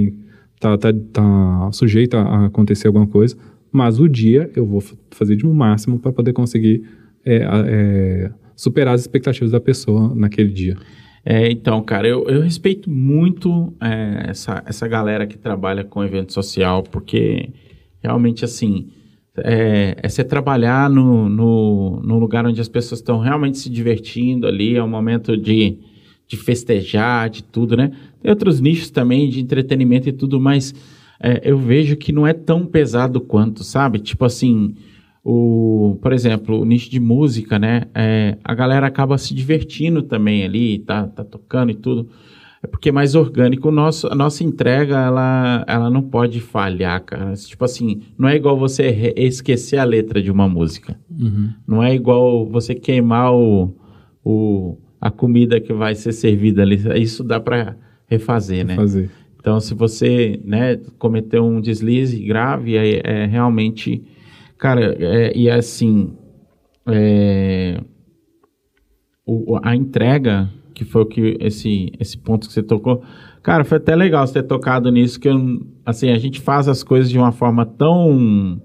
tá sujeito a acontecer alguma coisa, mas o dia eu vou fazer de um máximo para poder conseguir superar as expectativas da pessoa naquele dia. Então, cara, eu respeito muito essa galera que trabalha com evento social, porque realmente, assim, você trabalhar no lugar onde as pessoas estão realmente se divertindo ali, é um momento de festejar, de tudo, né? Tem outros nichos também de entretenimento e tudo, mas eu vejo que não é tão pesado quanto, sabe? Tipo assim, por exemplo, o nicho de música, né? A galera acaba se divertindo também ali, tá tocando e tudo. É porque é mais orgânico. A nossa entrega, ela não pode falhar, cara. Tipo assim, não é igual você esquecer a letra de uma música. Uhum. Não é igual você queimar a comida que vai ser servida ali. Isso dá para refazer, né? Então, se você, né, cometeu um deslize grave, realmente... Cara, e assim... a entrega, que foi esse ponto que você tocou... Cara, foi até legal você ter tocado nisso, que assim, a gente faz as coisas de uma forma tão...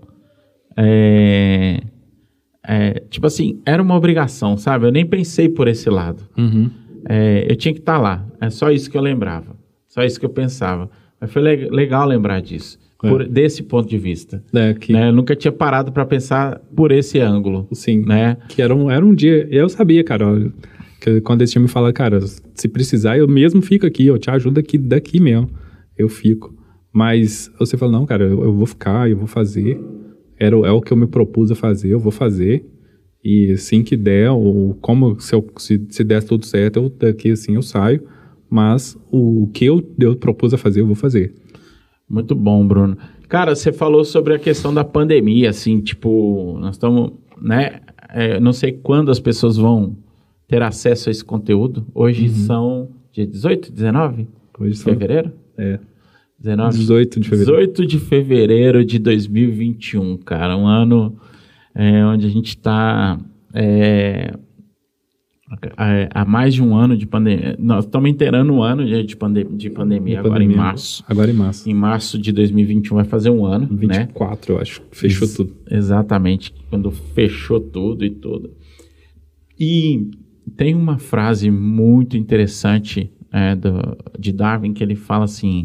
tipo assim, era uma obrigação, sabe? Eu nem pensei por esse lado. Uhum. Eu tinha que estar lá. É só isso que eu lembrava. Só isso que eu pensava. Mas foi legal lembrar disso. Desse ponto de vista. Né? Eu nunca tinha parado para pensar por esse ângulo. Sim. Né? Que era um dia... Eu sabia, cara, que quando esse time me fala, cara, se precisar, eu mesmo fico aqui, eu te ajudo daqui mesmo. Eu fico. Mas você fala, não, cara, eu vou ficar, eu vou fazer... É o que eu me propus a fazer, eu vou fazer. E assim que der, ou como se der tudo certo, daqui assim eu saio. Mas o que eu propus a fazer, eu vou fazer. Muito bom, Bruno. Cara, você falou sobre a questão da pandemia, assim, tipo, nós estamos, né? Não sei quando as pessoas vão ter acesso a esse conteúdo. Hoje são dia 18, 19 de fevereiro? 18 de fevereiro. 18 de fevereiro de 2021, cara. Um ano onde a gente está há mais de um ano de pandemia. Nós estamos inteirando um ano de pandemia agora em março. Em março de 2021 vai fazer um ano. 24, né? Eu acho. Fechou tudo. Exatamente. Quando fechou tudo e tudo. E tem uma frase muito interessante de Darwin que ele fala assim...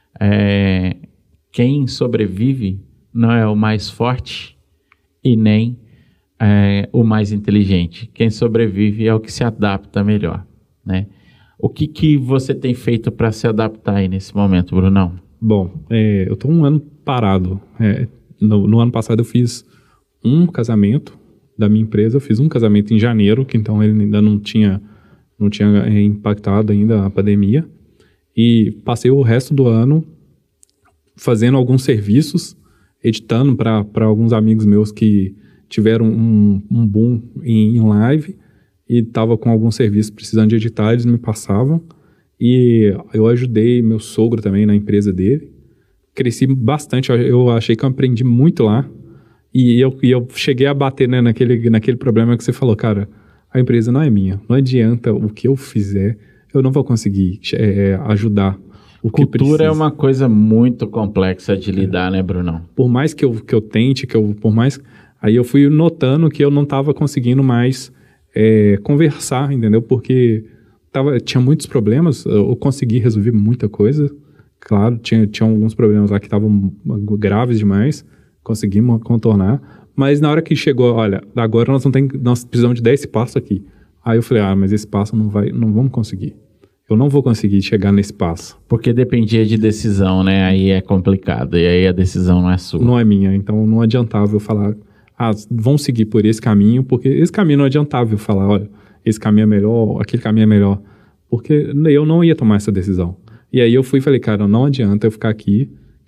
quem sobrevive não é o mais forte e nem o mais inteligente. Quem sobrevive é o que se adapta melhor, né? O que você tem feito para se adaptar aí nesse momento, Brunão? Bom, eu estou um ano parado. No ano passado eu fiz um casamento da minha empresa, eu fiz um casamento em janeiro, que então ele ainda não tinha impactado ainda a pandemia. E passei o resto do ano fazendo alguns serviços, editando para alguns amigos meus que tiveram um boom em live e estava com algum serviço precisando de editar, eles me passavam. E eu ajudei meu sogro também na empresa dele. Cresci bastante, eu achei que eu aprendi muito lá. E eu cheguei a bater, né, naquele problema que você falou, cara, a empresa não é minha, não adianta o que eu fizer, eu não vou conseguir ajudar o que precisa. Cultura é uma coisa muito complexa de lidar, né, Brunão? Por mais que eu tente, aí eu fui notando que eu não estava conseguindo mais conversar, entendeu? Porque tinha muitos problemas, eu consegui resolver muita coisa, claro, tinha alguns problemas lá que estavam graves demais, conseguimos contornar, mas na hora que chegou, olha, agora nós precisamos de 10 passos aqui. Aí eu falei, mas esse passo não vamos conseguir. Eu não vou conseguir chegar nesse passo. Porque dependia de decisão, né? Aí é complicado. E aí a decisão não é sua. Não é minha. Então não adiantava eu falar, vão seguir por esse caminho, porque esse caminho não adiantava eu falar, olha, esse caminho é melhor, aquele caminho é melhor. Porque eu não ia tomar essa decisão. E aí eu fui e falei, cara, não adianta eu ficar aqui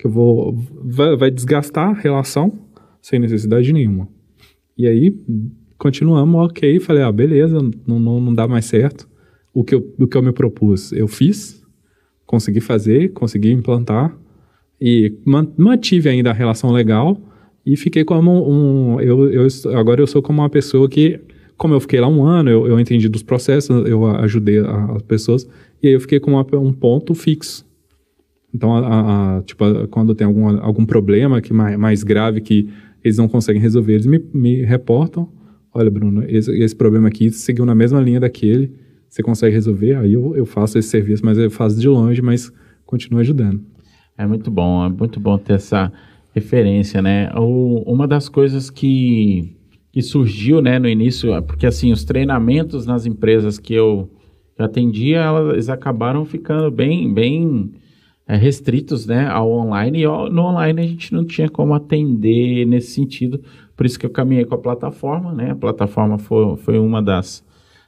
que vai desgastar a relação sem necessidade nenhuma. E aí, continuamos, ok, falei, beleza, não dá mais certo. O que eu me propus, eu fiz, consegui fazer, consegui implantar, e mantive ainda a relação legal, e fiquei como agora eu sou como uma pessoa que, como eu fiquei lá 1 ano, eu entendi dos processos, eu ajudei as pessoas, e aí eu fiquei com um ponto fixo. Então, tipo, quando tem algum problema mais grave que eles não conseguem resolver, eles me reportam. Olha, Bruno, esse problema aqui seguiu na mesma linha daquele, você consegue resolver? Aí eu faço esse serviço, mas eu faço de longe, mas continuo ajudando. É muito bom ter essa referência, né? Uma das coisas que surgiu, né, no início, porque assim, os treinamentos nas empresas que eu atendia, eles acabaram ficando bem restritos, né, ao online, e no online a gente não tinha como atender nesse sentido, por isso que eu caminhei com a plataforma, né, a plataforma foi uma das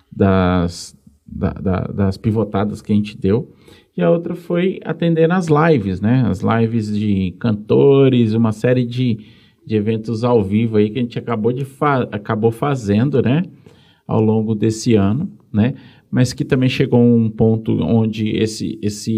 pivotadas que a gente deu, e a outra foi atender nas lives, né, as lives de cantores, uma série de eventos ao vivo aí que a gente acabou fazendo, né, ao longo desse ano, né, mas que também chegou a um ponto onde esse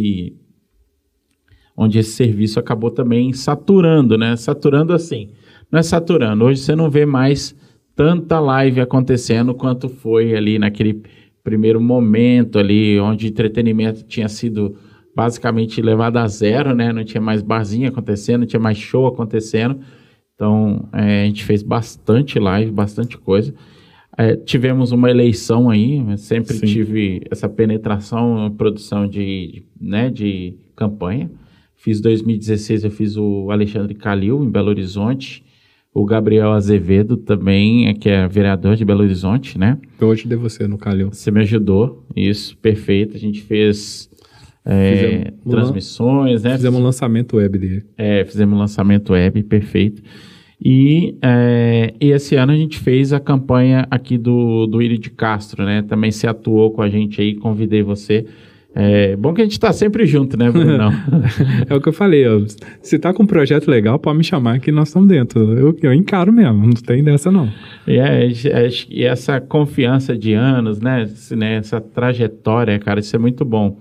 serviço acabou também saturando, né? Saturando assim, não é saturando, hoje você não vê mais tanta live acontecendo quanto foi ali naquele primeiro momento ali, onde o entretenimento tinha sido basicamente levado a zero, né? Não tinha mais barzinho acontecendo, não tinha mais show acontecendo, então a gente fez bastante live, bastante coisa. Tivemos uma eleição aí, sempre Sim. tive essa penetração na produção de campanha. Fiz 2016, eu fiz o Alexandre Calil, em Belo Horizonte, o Gabriel Azevedo também, que é vereador de Belo Horizonte, né? Eu ajudei você no Calil. Você me ajudou, isso, perfeito. A gente fez transmissões, né? Fizemos um lançamento web dele. Fizemos um lançamento web, perfeito. E esse ano a gente fez a campanha aqui do Írio de Castro, né? Também se atuou com a gente aí, convidei você. Bom que a gente está sempre junto, né, Bruno? É o que eu falei, se tá com um projeto legal, pode me chamar que nós estamos dentro. Eu encaro mesmo, não tem dessa não. E essa confiança de anos, né, essa trajetória, cara, isso é muito bom.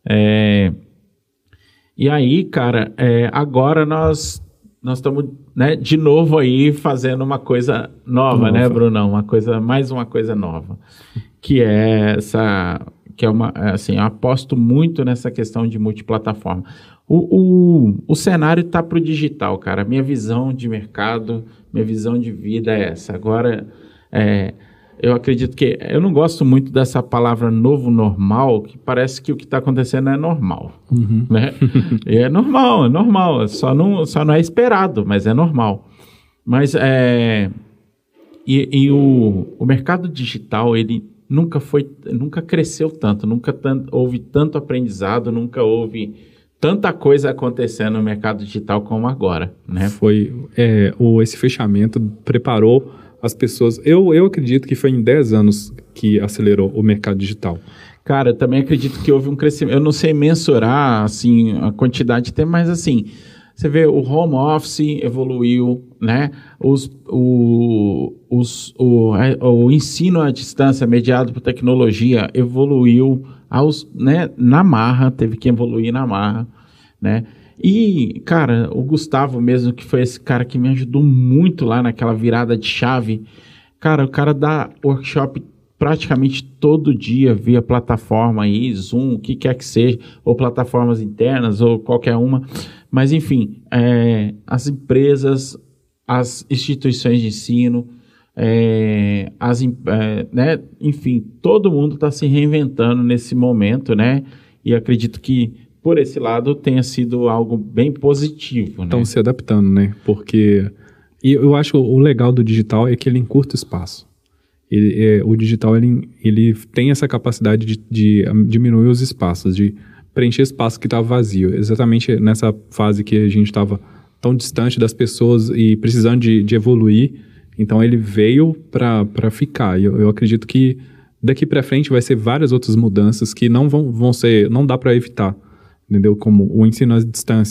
E aí, cara, agora nós estamos, né, de novo aí fazendo uma coisa nova, né, Brunão? Mais uma coisa nova, que é essa... que é assim, eu aposto muito nessa questão de multiplataforma. O cenário está para o digital, cara. Minha visão de mercado, minha visão de vida é essa. Agora, eu acredito que... Eu não gosto muito dessa palavra novo normal, que parece que o que está acontecendo é normal. Uhum. Né? E é normal. Só não é esperado, mas é normal. Mas, o mercado digital, ele... nunca cresceu tanto, houve tanto aprendizado, nunca houve tanta coisa acontecendo no mercado digital como agora, né? Esse fechamento preparou as pessoas, eu acredito que foi em 10 anos que acelerou o mercado digital. Cara, eu também acredito que houve um crescimento, eu não sei mensurar, assim, a quantidade de tempo, mas assim... Você vê, o home office evoluiu, né? O ensino à distância mediado por tecnologia evoluiu na marra, teve que evoluir na marra, né? E, cara, o Gustavo mesmo, que foi esse cara que me ajudou muito lá naquela virada de chave, cara, o cara dá workshop praticamente todo dia via plataforma aí, Zoom, o que quer que seja, ou plataformas internas, ou qualquer uma. Mas, enfim, as empresas, as instituições de ensino, né? Enfim, todo mundo está se reinventando nesse momento, né? E acredito que, por esse lado, tenha sido algo bem positivo, né? Estão se adaptando, né? Porque eu acho o legal do digital é que ele encurta o espaço. O digital ele tem essa capacidade de diminuir os espaços, de preencher espaço que estava vazio. Exatamente nessa fase que a gente estava tão distante das pessoas e precisando de evoluir. Então ele veio para ficar. E eu acredito que daqui para frente vai ser várias outras mudanças que não vão ser, não dá para evitar, entendeu? Como o ensino à distância,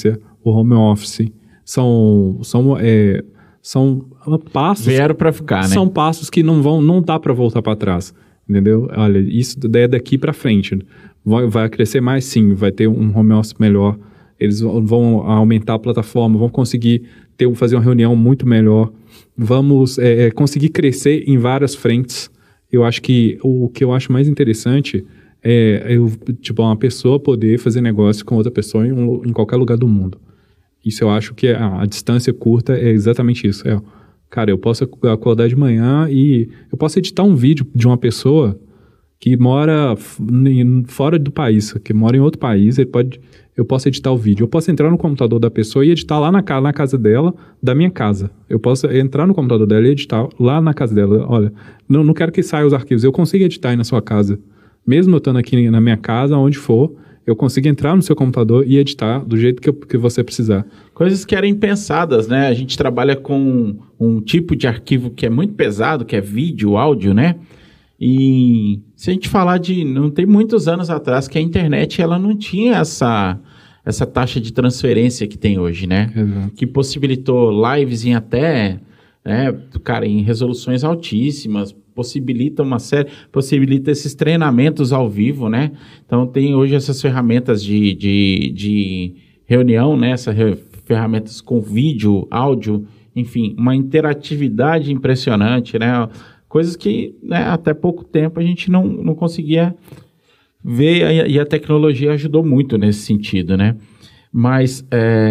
o home office, são passos... Vieram para ficar, né? São passos que não dá para voltar para trás, entendeu? Olha, isso é daqui para frente. Vai crescer mais, sim, vai ter um home office melhor, eles vão aumentar a plataforma, vão conseguir fazer uma reunião muito melhor, vamos conseguir crescer em várias frentes. Eu acho que o que eu acho mais interessante uma pessoa poder fazer negócio com outra pessoa em qualquer lugar do mundo. Isso eu acho que a distância curta é exatamente isso. Cara, eu posso acordar de manhã e eu posso editar um vídeo de uma pessoa que mora fora do país, que mora em outro país, eu posso editar o vídeo. Eu posso entrar no computador da pessoa e editar lá na casa dela, da minha casa. Eu posso entrar no computador dela e editar lá na casa dela. Olha, não quero que saia os arquivos, eu consigo editar aí na sua casa. Mesmo eu estando aqui na minha casa, onde for, eu consigo entrar no seu computador e editar do jeito que você precisar. Coisas que eram impensadas, né? A gente trabalha com um tipo de arquivo que é muito pesado, que é vídeo, áudio, né? E se a gente falar não tem muitos anos atrás que a internet ela não tinha essa taxa de transferência que tem hoje, né? Exato. Que possibilitou lives em até, né, cara, em resoluções altíssimas, possibilita esses treinamentos ao vivo, né? Então tem hoje essas ferramentas de reunião, né? Essas ferramentas com vídeo, áudio, enfim, uma interatividade impressionante, né? Coisas que, né, até pouco tempo a gente não conseguia ver e a tecnologia ajudou muito nesse sentido, né? Mas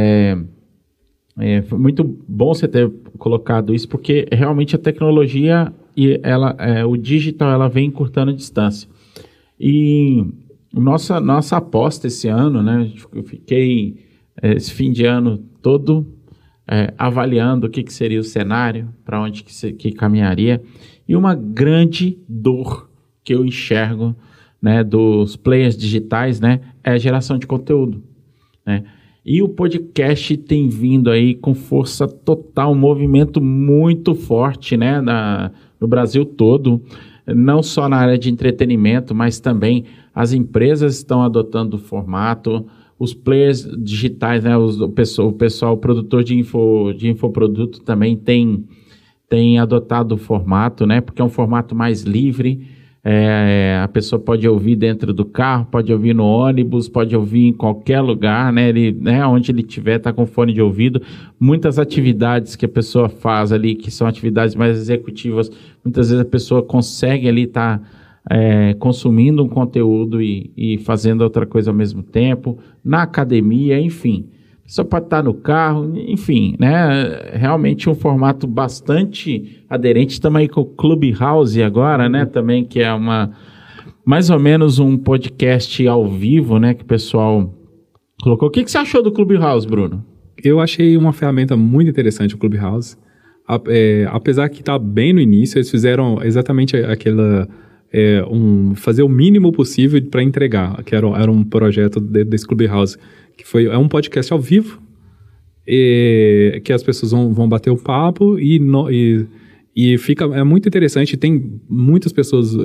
foi muito bom você ter colocado isso, porque realmente a tecnologia e o digital ela vem encurtando a distância. E nossa aposta esse ano, né? Eu fiquei esse fim de ano todo avaliando o que seria o cenário, para onde que caminharia. E uma grande dor que eu enxergo, né, dos players digitais, né, é a geração de conteúdo, né? E o podcast tem vindo aí com força total, um movimento muito forte, né, no Brasil todo, não só na área de entretenimento, mas também as empresas estão adotando o formato, os players digitais, né, o pessoal produtor de infoproduto também tem adotado o formato, né, porque é um formato mais livre. A pessoa pode ouvir dentro do carro, pode ouvir no ônibus, pode ouvir em qualquer lugar, né? Onde ele estiver, está com fone de ouvido. Muitas atividades que a pessoa faz ali, que são atividades mais executivas, muitas vezes a pessoa consegue ali estar consumindo um conteúdo e fazendo outra coisa ao mesmo tempo, na academia, enfim. A pessoa pode estar no carro, enfim, né? Realmente um formato bastante aderente. Estamos aí com o Clubhouse agora, né? Também, que é mais ou menos um podcast ao vivo, né? Que o pessoal colocou. O que você achou do Clubhouse, Bruno? Eu achei uma ferramenta muito interessante o Clubhouse. Apesar que está bem no início, eles fizeram exatamente aquela... fazer o mínimo possível para entregar, que era um projeto desse Clubhouse, que é um podcast ao vivo, que as pessoas vão bater o papo e fica muito interessante. Tem muitas pessoas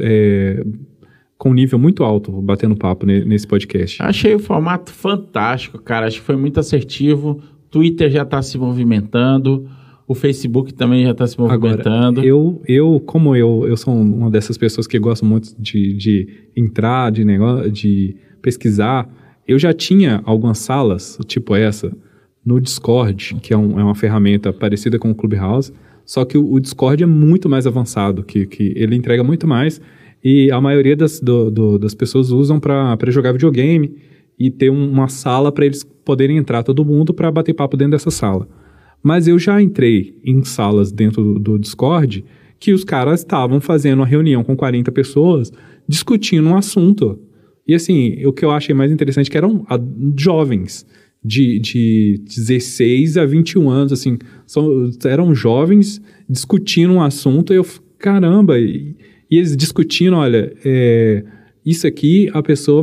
com nível muito alto batendo papo nesse podcast. Achei o formato fantástico, cara. Acho que foi muito assertivo. Twitter já está se movimentando. O Facebook também já está se movimentando. Agora, eu sou uma dessas pessoas que gostam muito de entrar, de pesquisar. Eu já tinha algumas salas, tipo essa, no Discord, que é uma ferramenta parecida com o Clubhouse, só que o Discord é muito mais avançado, que ele entrega muito mais, e a maioria das pessoas usam para jogar videogame e ter uma sala para eles poderem entrar todo mundo para bater papo dentro dessa sala. Mas eu já entrei em salas dentro do Discord que os caras estavam fazendo uma reunião com 40 pessoas discutindo um assunto. E assim, o que eu achei mais interessante é que eram jovens de 16 a 21 anos, assim, eram jovens discutindo um assunto e eu, caramba, e eles discutindo, olha, isso aqui, a pessoa,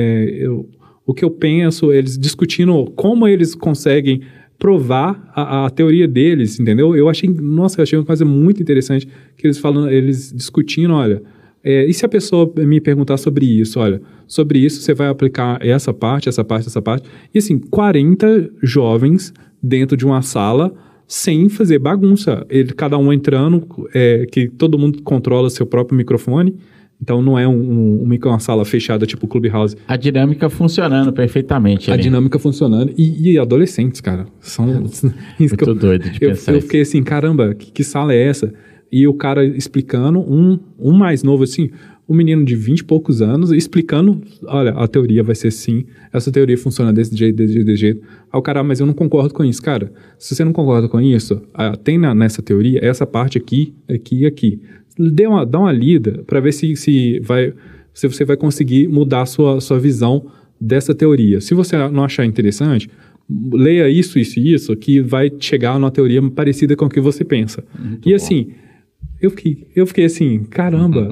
o que eu penso, eles discutindo como eles conseguem provar a teoria deles, entendeu? Eu achei uma coisa muito interessante que eles discutindo, olha, E se a pessoa me perguntar sobre isso? Olha, sobre isso você vai aplicar essa parte. E assim, 40 jovens dentro de uma sala sem fazer bagunça. Cada um entrando, que todo mundo controla seu próprio microfone. Então não é uma sala fechada tipo Clubhouse. A dinâmica funcionando perfeitamente. A dinâmica funcionando. E adolescentes, cara. São muito doido de pensar eu fiquei assim, caramba, que sala é essa? E o cara explicando, um mais novo assim, um menino de 20 e poucos anos, explicando, olha, a teoria vai ser assim, essa teoria funciona desse jeito. Aí o cara, mas eu não concordo com isso. Cara, se você não concorda com isso, tem nessa teoria essa parte aqui e aqui. Dá uma lida para ver se você vai conseguir mudar a sua visão dessa teoria. Se você não achar interessante, leia isso, que vai chegar numa teoria parecida com o que você pensa. Muito bom. Assim, eu fiquei assim, caramba.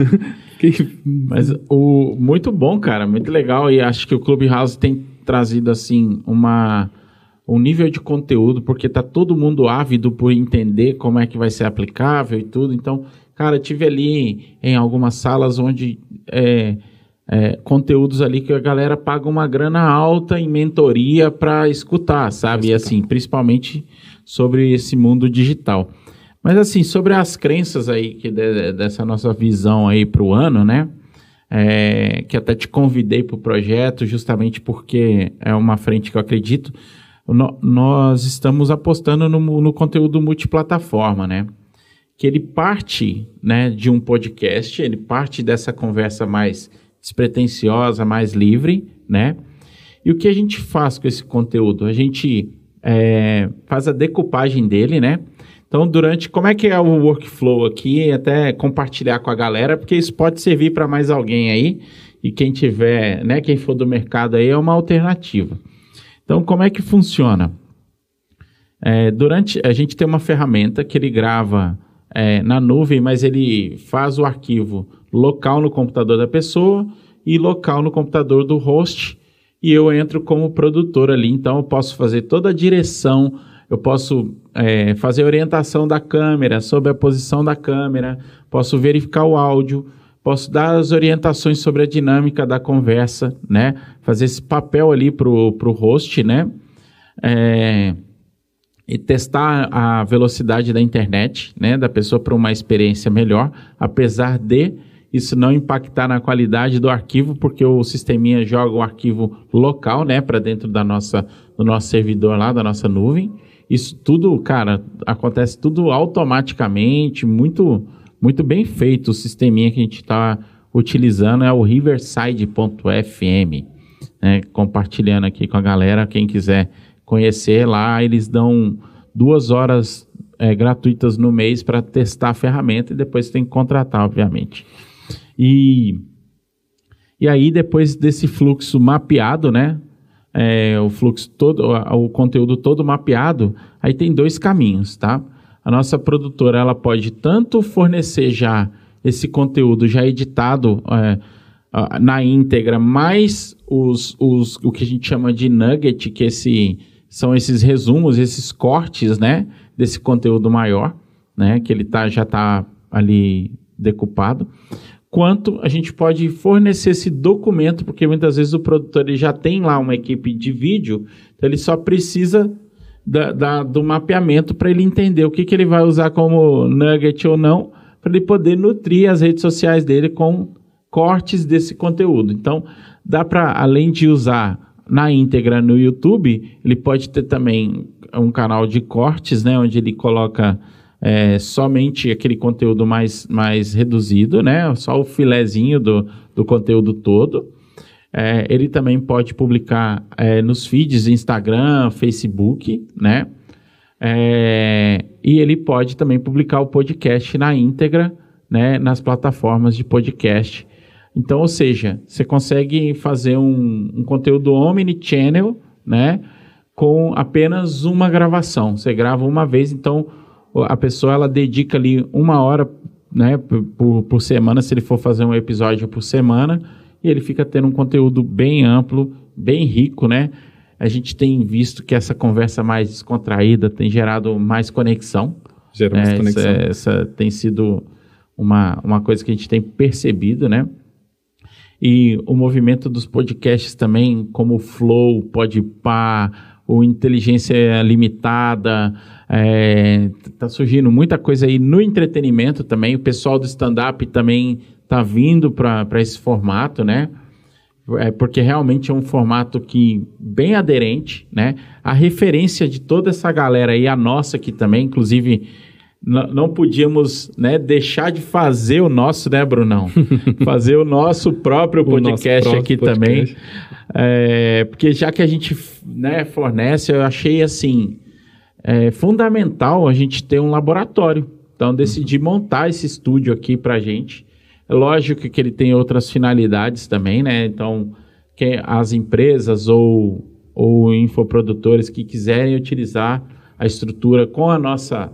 Mas muito bom, cara, muito legal. E acho que o Clubhouse tem trazido assim um nível de conteúdo, porque tá todo mundo ávido por entender como é que vai ser aplicável e tudo. Então, cara, eu tive ali em algumas salas onde conteúdos ali que a galera paga uma grana alta em mentoria para escutar, sabe? E assim, principalmente sobre esse mundo digital. Mas assim, sobre as crenças aí, dessa nossa visão aí para o ano, né? Que até te convidei para o projeto, justamente porque é uma frente que eu acredito. Nós estamos apostando no conteúdo multiplataforma, né? Que ele parte, né, de um podcast, ele parte dessa conversa mais despretensiosa, mais livre, né? E o que a gente faz com esse conteúdo? A gente faz a decupagem dele, né? Então, como é que é o workflow aqui, até compartilhar com a galera, porque isso pode servir para mais alguém aí, e quem tiver, né, quem for do mercado aí, é uma alternativa. Então, como é que funciona? A gente tem uma ferramenta que ele grava na nuvem, mas ele faz o arquivo local no computador da pessoa e local no computador do host, e eu entro como produtor ali, então eu posso fazer toda a direção, eu posso fazer a orientação da câmera, sobre a posição da câmera, posso verificar o áudio, posso dar as orientações sobre a dinâmica da conversa, né? Fazer esse papel ali pro host, né? E testar a velocidade da internet, né? Da pessoa para uma experiência melhor, apesar de isso não impactar na qualidade do arquivo, porque o sisteminha joga o arquivo local, né? Para dentro do nosso servidor lá, da nossa nuvem. Isso tudo, cara, acontece tudo automaticamente, muito, muito bem feito. O sisteminha que a gente está utilizando é o Riverside.fm, né? Compartilhando aqui com a galera, quem quiser conhecer lá, eles dão 2 horas gratuitas no mês para testar a ferramenta e depois tem que contratar, obviamente. E aí, depois desse fluxo mapeado, né? O fluxo todo, o conteúdo todo mapeado, aí tem 2 caminhos, tá? A nossa produtora, ela pode tanto fornecer já esse conteúdo já editado na íntegra, mais o que a gente chama de nugget, que são esses resumos, esses cortes, né? Desse conteúdo maior, né? Que ele já está ali decupado. Quanto a gente pode fornecer esse documento, porque muitas vezes o produtor ele já tem lá uma equipe de vídeo, então ele só precisa do mapeamento para ele entender o que ele vai usar como nugget ou não, para ele poder nutrir as redes sociais dele com cortes desse conteúdo. Então, dá para, além de usar na íntegra no YouTube, ele pode ter também um canal de cortes, né, onde ele coloca somente aquele conteúdo mais reduzido, né? Só o filezinho do conteúdo todo. Ele também pode publicar nos feeds Instagram, Facebook, né? E ele pode também publicar o podcast na íntegra, né? Nas plataformas de podcast. Então, ou seja, você consegue fazer um conteúdo omnichannel, né? Com apenas uma gravação. Você grava uma vez, então a pessoa ela dedica ali 1 hora, né, por semana, se ele for fazer um episódio por semana, e ele fica tendo um conteúdo bem amplo, bem rico, né? A gente tem visto que essa conversa mais descontraída tem gerado mais conexão. Essa tem sido uma coisa que a gente tem percebido, né? E o movimento dos podcasts também, como o Flow, Podpah, o Inteligência Limitada, tá surgindo muita coisa aí no entretenimento também. O pessoal do stand-up também tá vindo para esse formato, né? Porque realmente é um formato que bem aderente, né? A referência de toda essa galera aí, a nossa aqui também, inclusive não podíamos, né, deixar de fazer o nosso, né, Brunão? Fazer o nosso próprio podcast aqui também. Porque já que a gente, né, fornece, eu achei assim, fundamental a gente ter um laboratório. Então decidi montar esse estúdio aqui pra gente. É lógico que ele tem outras finalidades também, né? Então, as empresas ou infoprodutores que quiserem utilizar a estrutura com a nossa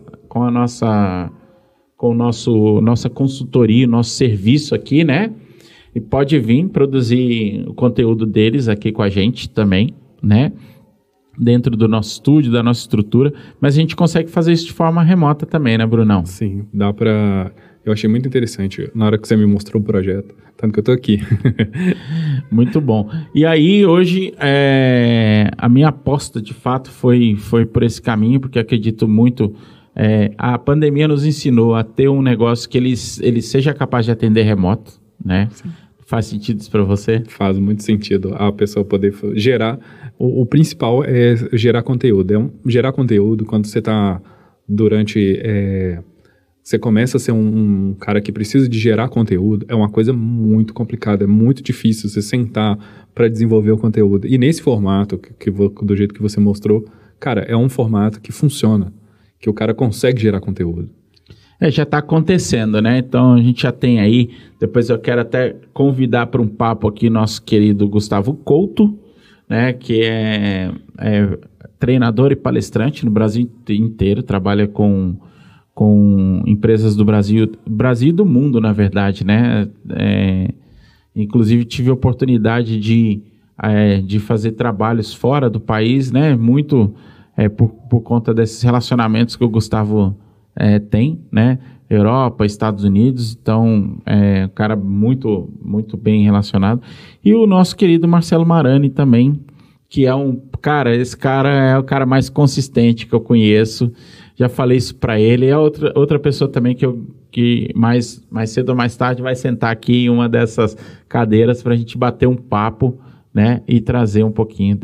consultoria, nosso serviço aqui, né? E pode vir produzir o conteúdo deles aqui com a gente também, né? Dentro do nosso estúdio, da nossa estrutura, mas a gente consegue fazer isso de forma remota também, né, Brunão? Sim, dá para... Eu achei muito interessante na hora que você me mostrou o projeto, tanto que eu tô aqui. Muito bom. E aí, hoje, a minha aposta, de fato, foi por esse caminho, porque acredito muito... a pandemia nos ensinou a ter um negócio que ele seja capaz de atender remoto, né? Sim. Faz sentido isso para você? Faz muito sentido a pessoa poder gerar... O principal é gerar conteúdo. Gerar conteúdo quando você está durante... Você começa a ser um cara que precisa de gerar conteúdo, é uma coisa muito complicada, é muito difícil você sentar para desenvolver o conteúdo. E nesse formato, do jeito que você mostrou, cara, é um formato que funciona, que o cara consegue gerar conteúdo. Já está acontecendo, né? Então a gente já tem aí, depois eu quero até convidar para um papo aqui nosso querido Gustavo Couto, né? Que é treinador e palestrante no Brasil inteiro, trabalha com empresas do Brasil e do mundo, na verdade, né? Inclusive tive a oportunidade de fazer trabalhos fora do país, né? Muito por conta desses relacionamentos que o Gustavo tem, né? Europa, Estados Unidos, então um cara muito, muito bem relacionado. E o nosso querido Marcelo Marani também, que esse cara é o cara mais consistente que eu conheço. Já falei isso para ele. É outra pessoa também que mais cedo ou mais tarde vai sentar aqui em uma dessas cadeiras para a gente bater um papo, né? E trazer um pouquinho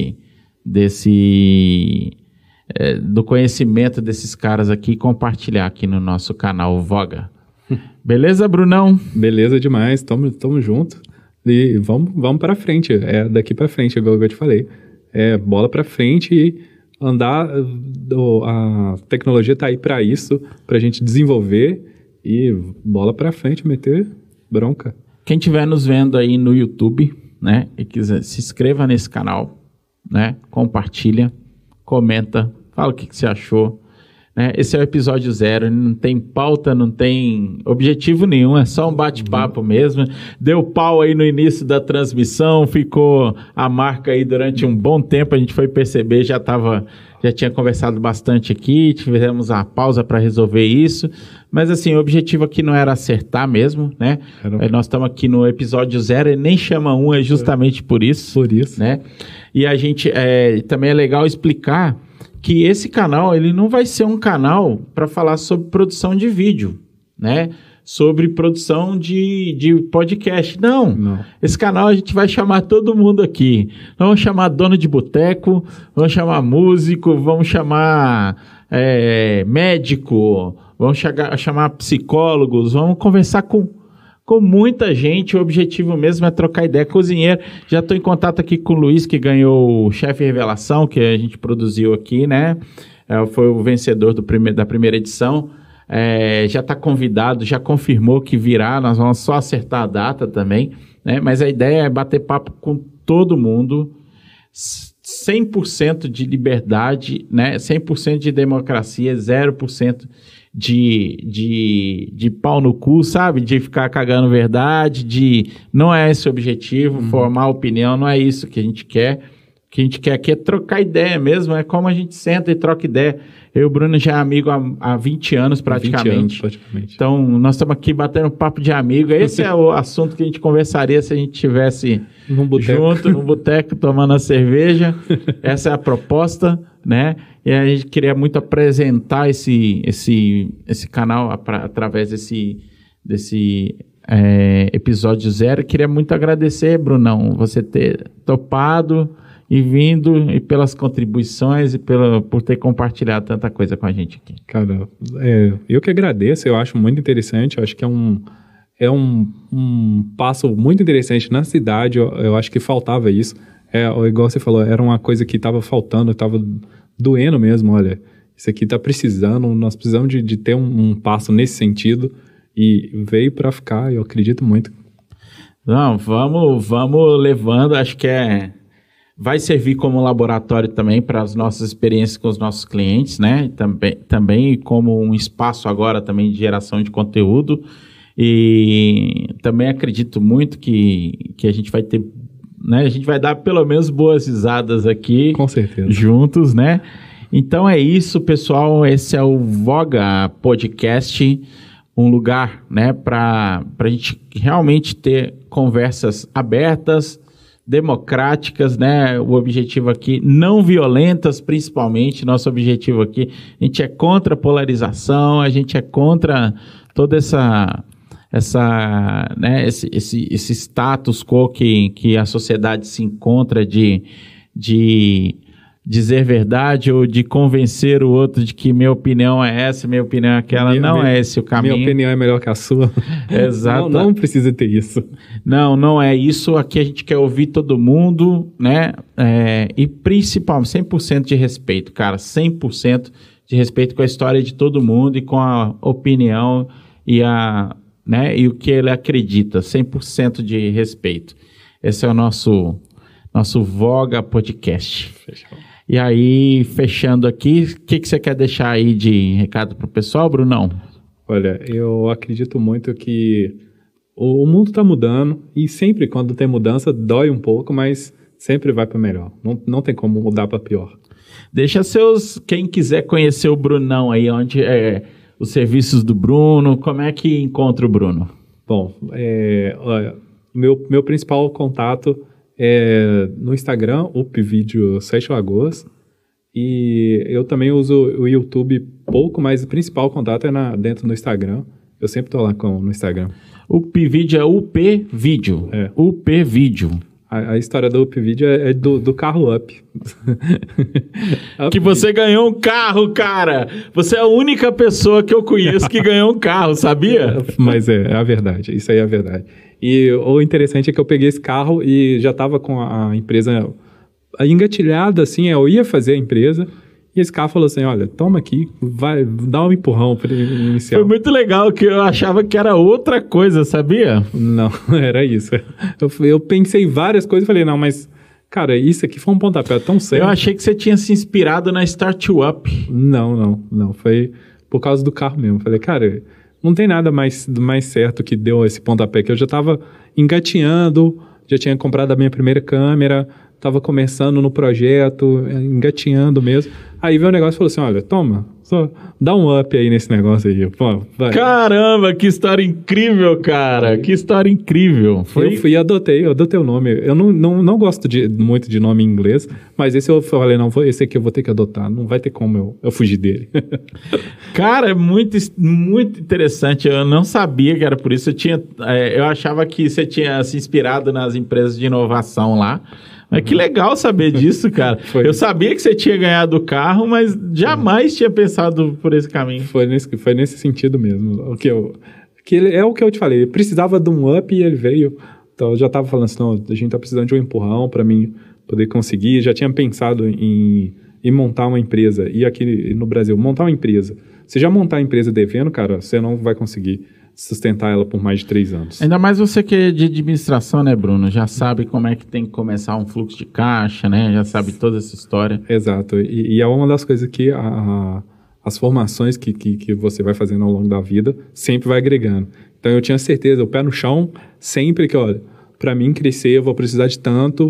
do conhecimento desses caras aqui e compartilhar aqui no nosso canal Voga. Beleza, Brunão? Beleza demais. Tamo junto. E vamos para frente. Daqui para frente, igual eu te falei. Bola para frente e andar, a tecnologia está aí para isso, para a gente desenvolver e bola para frente, meter bronca. Quem estiver nos vendo aí no YouTube, né, e quiser, se inscreva nesse canal, né, compartilha, comenta, fala o que você achou. Né? Esse é o episódio 0, não tem pauta, não tem objetivo nenhum, é só um bate-papo mesmo. Deu pau aí no início da transmissão, ficou a marca aí durante um bom tempo, a gente foi perceber, já tinha conversado bastante aqui, tivemos uma pausa para resolver isso, mas assim, o objetivo aqui não era acertar mesmo, né? Nós estamos aqui no episódio 0 e nem chama 1, é justamente por isso. Por isso. Né? E a gente, também é legal explicar que esse canal, ele não vai ser um canal para falar sobre produção de vídeo, né? Sobre produção de podcast. Não. Esse canal a gente vai chamar todo mundo aqui. Vamos chamar dono de boteco, vamos chamar músico, vamos chamar médico, vamos chamar psicólogos, vamos conversar com muita gente. O objetivo mesmo é trocar ideia. Cozinheiro, já estou em contato aqui com o Luiz, que ganhou o Chefe Revelação, que a gente produziu aqui, né? Foi o vencedor da primeira edição. Já está convidado, já confirmou que virá, nós vamos só acertar a data também, né? Mas a ideia é bater papo com todo mundo, 100% de liberdade, né? 100% de democracia, 0% de pau no cu, sabe? De ficar cagando verdade, não é esse o objetivo, formar opinião, não é isso que a gente quer. O que a gente quer aqui é trocar ideia mesmo, é como a gente senta e troca ideia. Eu e o Bruno já é amigo há 20 anos praticamente. 20 anos, praticamente. Então, nós estamos aqui batendo papo de amigo. Esse é o assunto que a gente conversaria se a gente estivesse junto, num boteco, tomando a cerveja. Essa é a proposta, né? E a gente queria muito apresentar esse canal através desse episódio 0. Queria muito agradecer, Brunão, você ter topado e vindo, e pelas contribuições e por ter compartilhado tanta coisa com a gente aqui. Cara, eu que agradeço, eu acho muito interessante, eu acho que é um passo muito interessante na cidade, eu acho que faltava isso, igual você falou, era uma coisa que estava faltando, estava doendo mesmo, olha, isso aqui está precisando, nós precisamos de ter um passo nesse sentido, e veio para ficar, eu acredito muito. Não, vamos levando, acho que vai servir como laboratório também para as nossas experiências com os nossos clientes, né? Também como um espaço agora também de geração de conteúdo. E também acredito muito que a gente vai ter, né? A gente vai dar pelo menos boas risadas aqui. Com certeza. Juntos, né? Então é isso, pessoal. Esse é o Voga Podcast, um lugar, né, para a gente realmente ter conversas abertas, democráticas, né? O objetivo aqui, não violentas, principalmente. Nosso objetivo aqui, a gente é contra a polarização, a gente é contra toda né, esse status quo que a sociedade se encontra de dizer verdade ou de convencer o outro de que minha opinião é essa, minha opinião é aquela. Não é esse o caminho. Minha opinião é melhor que a sua. Exato. Não precisa ter isso. Não é isso. Aqui a gente quer ouvir todo mundo, né? E principalmente 100% de respeito, cara. 100% de respeito com a história de todo mundo e com a opinião e o que ele acredita. 100% de respeito. Esse é o nosso Voga Podcast. Fechou. E aí, fechando aqui, o que você quer deixar aí de recado para o pessoal, Brunão? Olha, eu acredito muito que o mundo está mudando e sempre quando tem mudança dói um pouco, mas sempre vai para melhor. Não tem como mudar para pior. Deixa quem quiser conhecer o Brunão aí, onde os serviços do Bruno, como é que encontra o Bruno? Bom, olha, meu principal contato no Instagram, UpVídeo 7 Lagoas, e eu também uso o YouTube pouco, mas o principal contato é dentro do Instagram. Eu sempre tô lá no Instagram. UpVídeo é UpVídeo. UpVídeo. A história do UpVídeo é do carro Up. Que você ganhou um carro, cara! Você é a única pessoa que eu conheço que ganhou um carro, sabia? Mas é a verdade, isso aí é a verdade. E o interessante é que eu peguei esse carro e já estava com a empresa engatilhada, assim, eu ia fazer a empresa, e esse carro falou assim, olha, toma aqui, vai, dá um empurrão para iniciar. Foi muito legal, que eu achava que era outra coisa, sabia? Não, era isso. Eu pensei em várias coisas e falei, não, mas, cara, isso aqui foi um pontapé tão sério. Eu achei que você tinha se inspirado na Start Up. Não, foi por causa do carro mesmo. Falei, cara, não tem nada mais certo que deu esse pontapé, que eu já estava engatinhando, já tinha comprado a minha primeira câmera, estava começando no projeto, engatinhando mesmo. Aí veio o negócio e falou assim, olha, toma, só dá um up aí nesse negócio aí. Pô, vai. Caramba, que história incrível, cara. Que história incrível. Eu fui e adotei o nome. Eu não gosto muito de nome em inglês, mas esse eu falei, não, esse aqui eu vou ter que adotar. Não vai ter como eu fugir dele. Cara, é muito, muito interessante. Eu não sabia que era por isso. Eu achava que você tinha se inspirado nas empresas de inovação lá. Mas que legal saber disso, cara. Eu sabia que você tinha ganhado o carro, mas jamais tinha pensado por esse caminho. Foi nesse sentido mesmo. É o que eu te falei. Eu precisava de um up e ele veio. Então eu já estava falando assim, não, a gente está precisando de um empurrão para mim poder conseguir. Já tinha pensado em montar uma empresa. E aqui no Brasil, montar uma empresa. Se já montar a empresa devendo, cara, você não vai conseguir sustentar ela por mais de 3 anos. Ainda mais você que é de administração, né, Bruno? Já sabe como é que tem que começar um fluxo de caixa, né? Já sabe toda essa história. Exato. E é uma das coisas que as formações que você vai fazendo ao longo da vida sempre vai agregando. Então eu tinha certeza, o pé no chão, sempre que, olha, para mim crescer eu vou precisar de tanto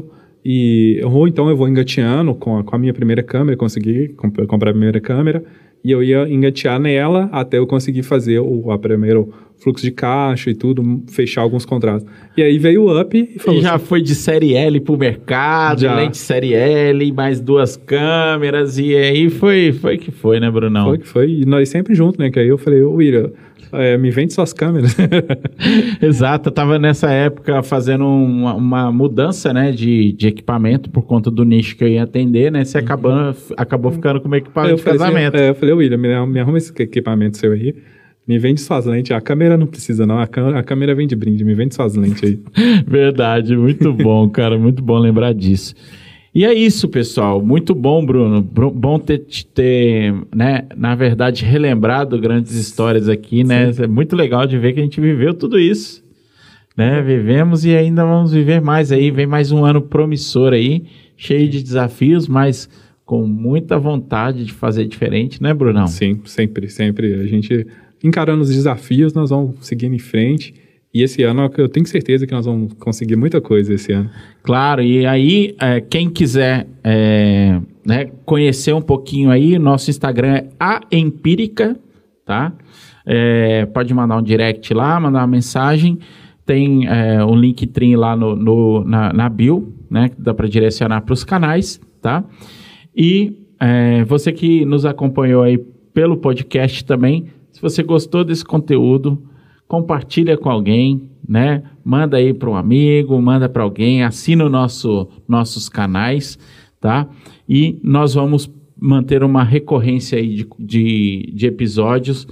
Ou então eu vou engateando com a minha primeira câmera, consegui comprar a primeira câmera, e eu ia engatear nela até eu conseguir fazer o primeiro fluxo de caixa e tudo, fechar alguns contratos. E aí veio o Up e falou... E já foi de série L pro mercado, lente série L, mais 2 câmeras, e aí foi que foi, né, Brunão? Foi que foi, e nós sempre juntos, né, que aí eu falei, ô Ira, me vende suas câmeras. Exato, eu tava nessa época fazendo uma mudança, né, de equipamento por conta do nicho que eu ia atender, né, você acabou ficando com o meu equipamento de casamento. Eu falei, William, me arruma esse equipamento seu aí, me vende suas lentes. A câmera não precisa não, a câmera vem de brinde, me vende suas lentes aí. Verdade, muito bom, cara, muito bom lembrar disso. E é isso, pessoal. Muito bom, Bruno. Bom ter, né, na verdade, relembrado grandes histórias aqui, né? É muito legal de ver que a gente viveu tudo isso, né? Vivemos e ainda vamos viver mais aí. Vem mais um ano promissor aí, cheio de desafios, mas com muita vontade de fazer diferente, né, Brunão? Sim, sempre. A gente encarando os desafios, nós vamos seguindo em frente. E esse ano eu tenho certeza que nós vamos conseguir muita coisa esse ano. Claro, e aí quem quiser né, conhecer um pouquinho aí, nosso Instagram é aempírica, tá? Pode mandar um direct lá, mandar uma mensagem. Tem um Linktree lá na bio, né? Que dá para direcionar para os canais, tá? E você que nos acompanhou aí pelo podcast também, se você gostou desse conteúdo, compartilha com alguém, né? Manda aí para um amigo, manda para alguém, assina nossos canais, tá? E nós vamos manter uma recorrência aí de episódios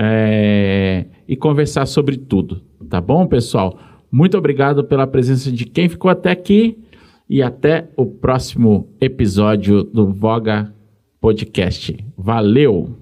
e conversar sobre tudo, tá bom, pessoal? Muito obrigado pela presença de quem ficou até aqui e até o próximo episódio do Voga Podcast. Valeu!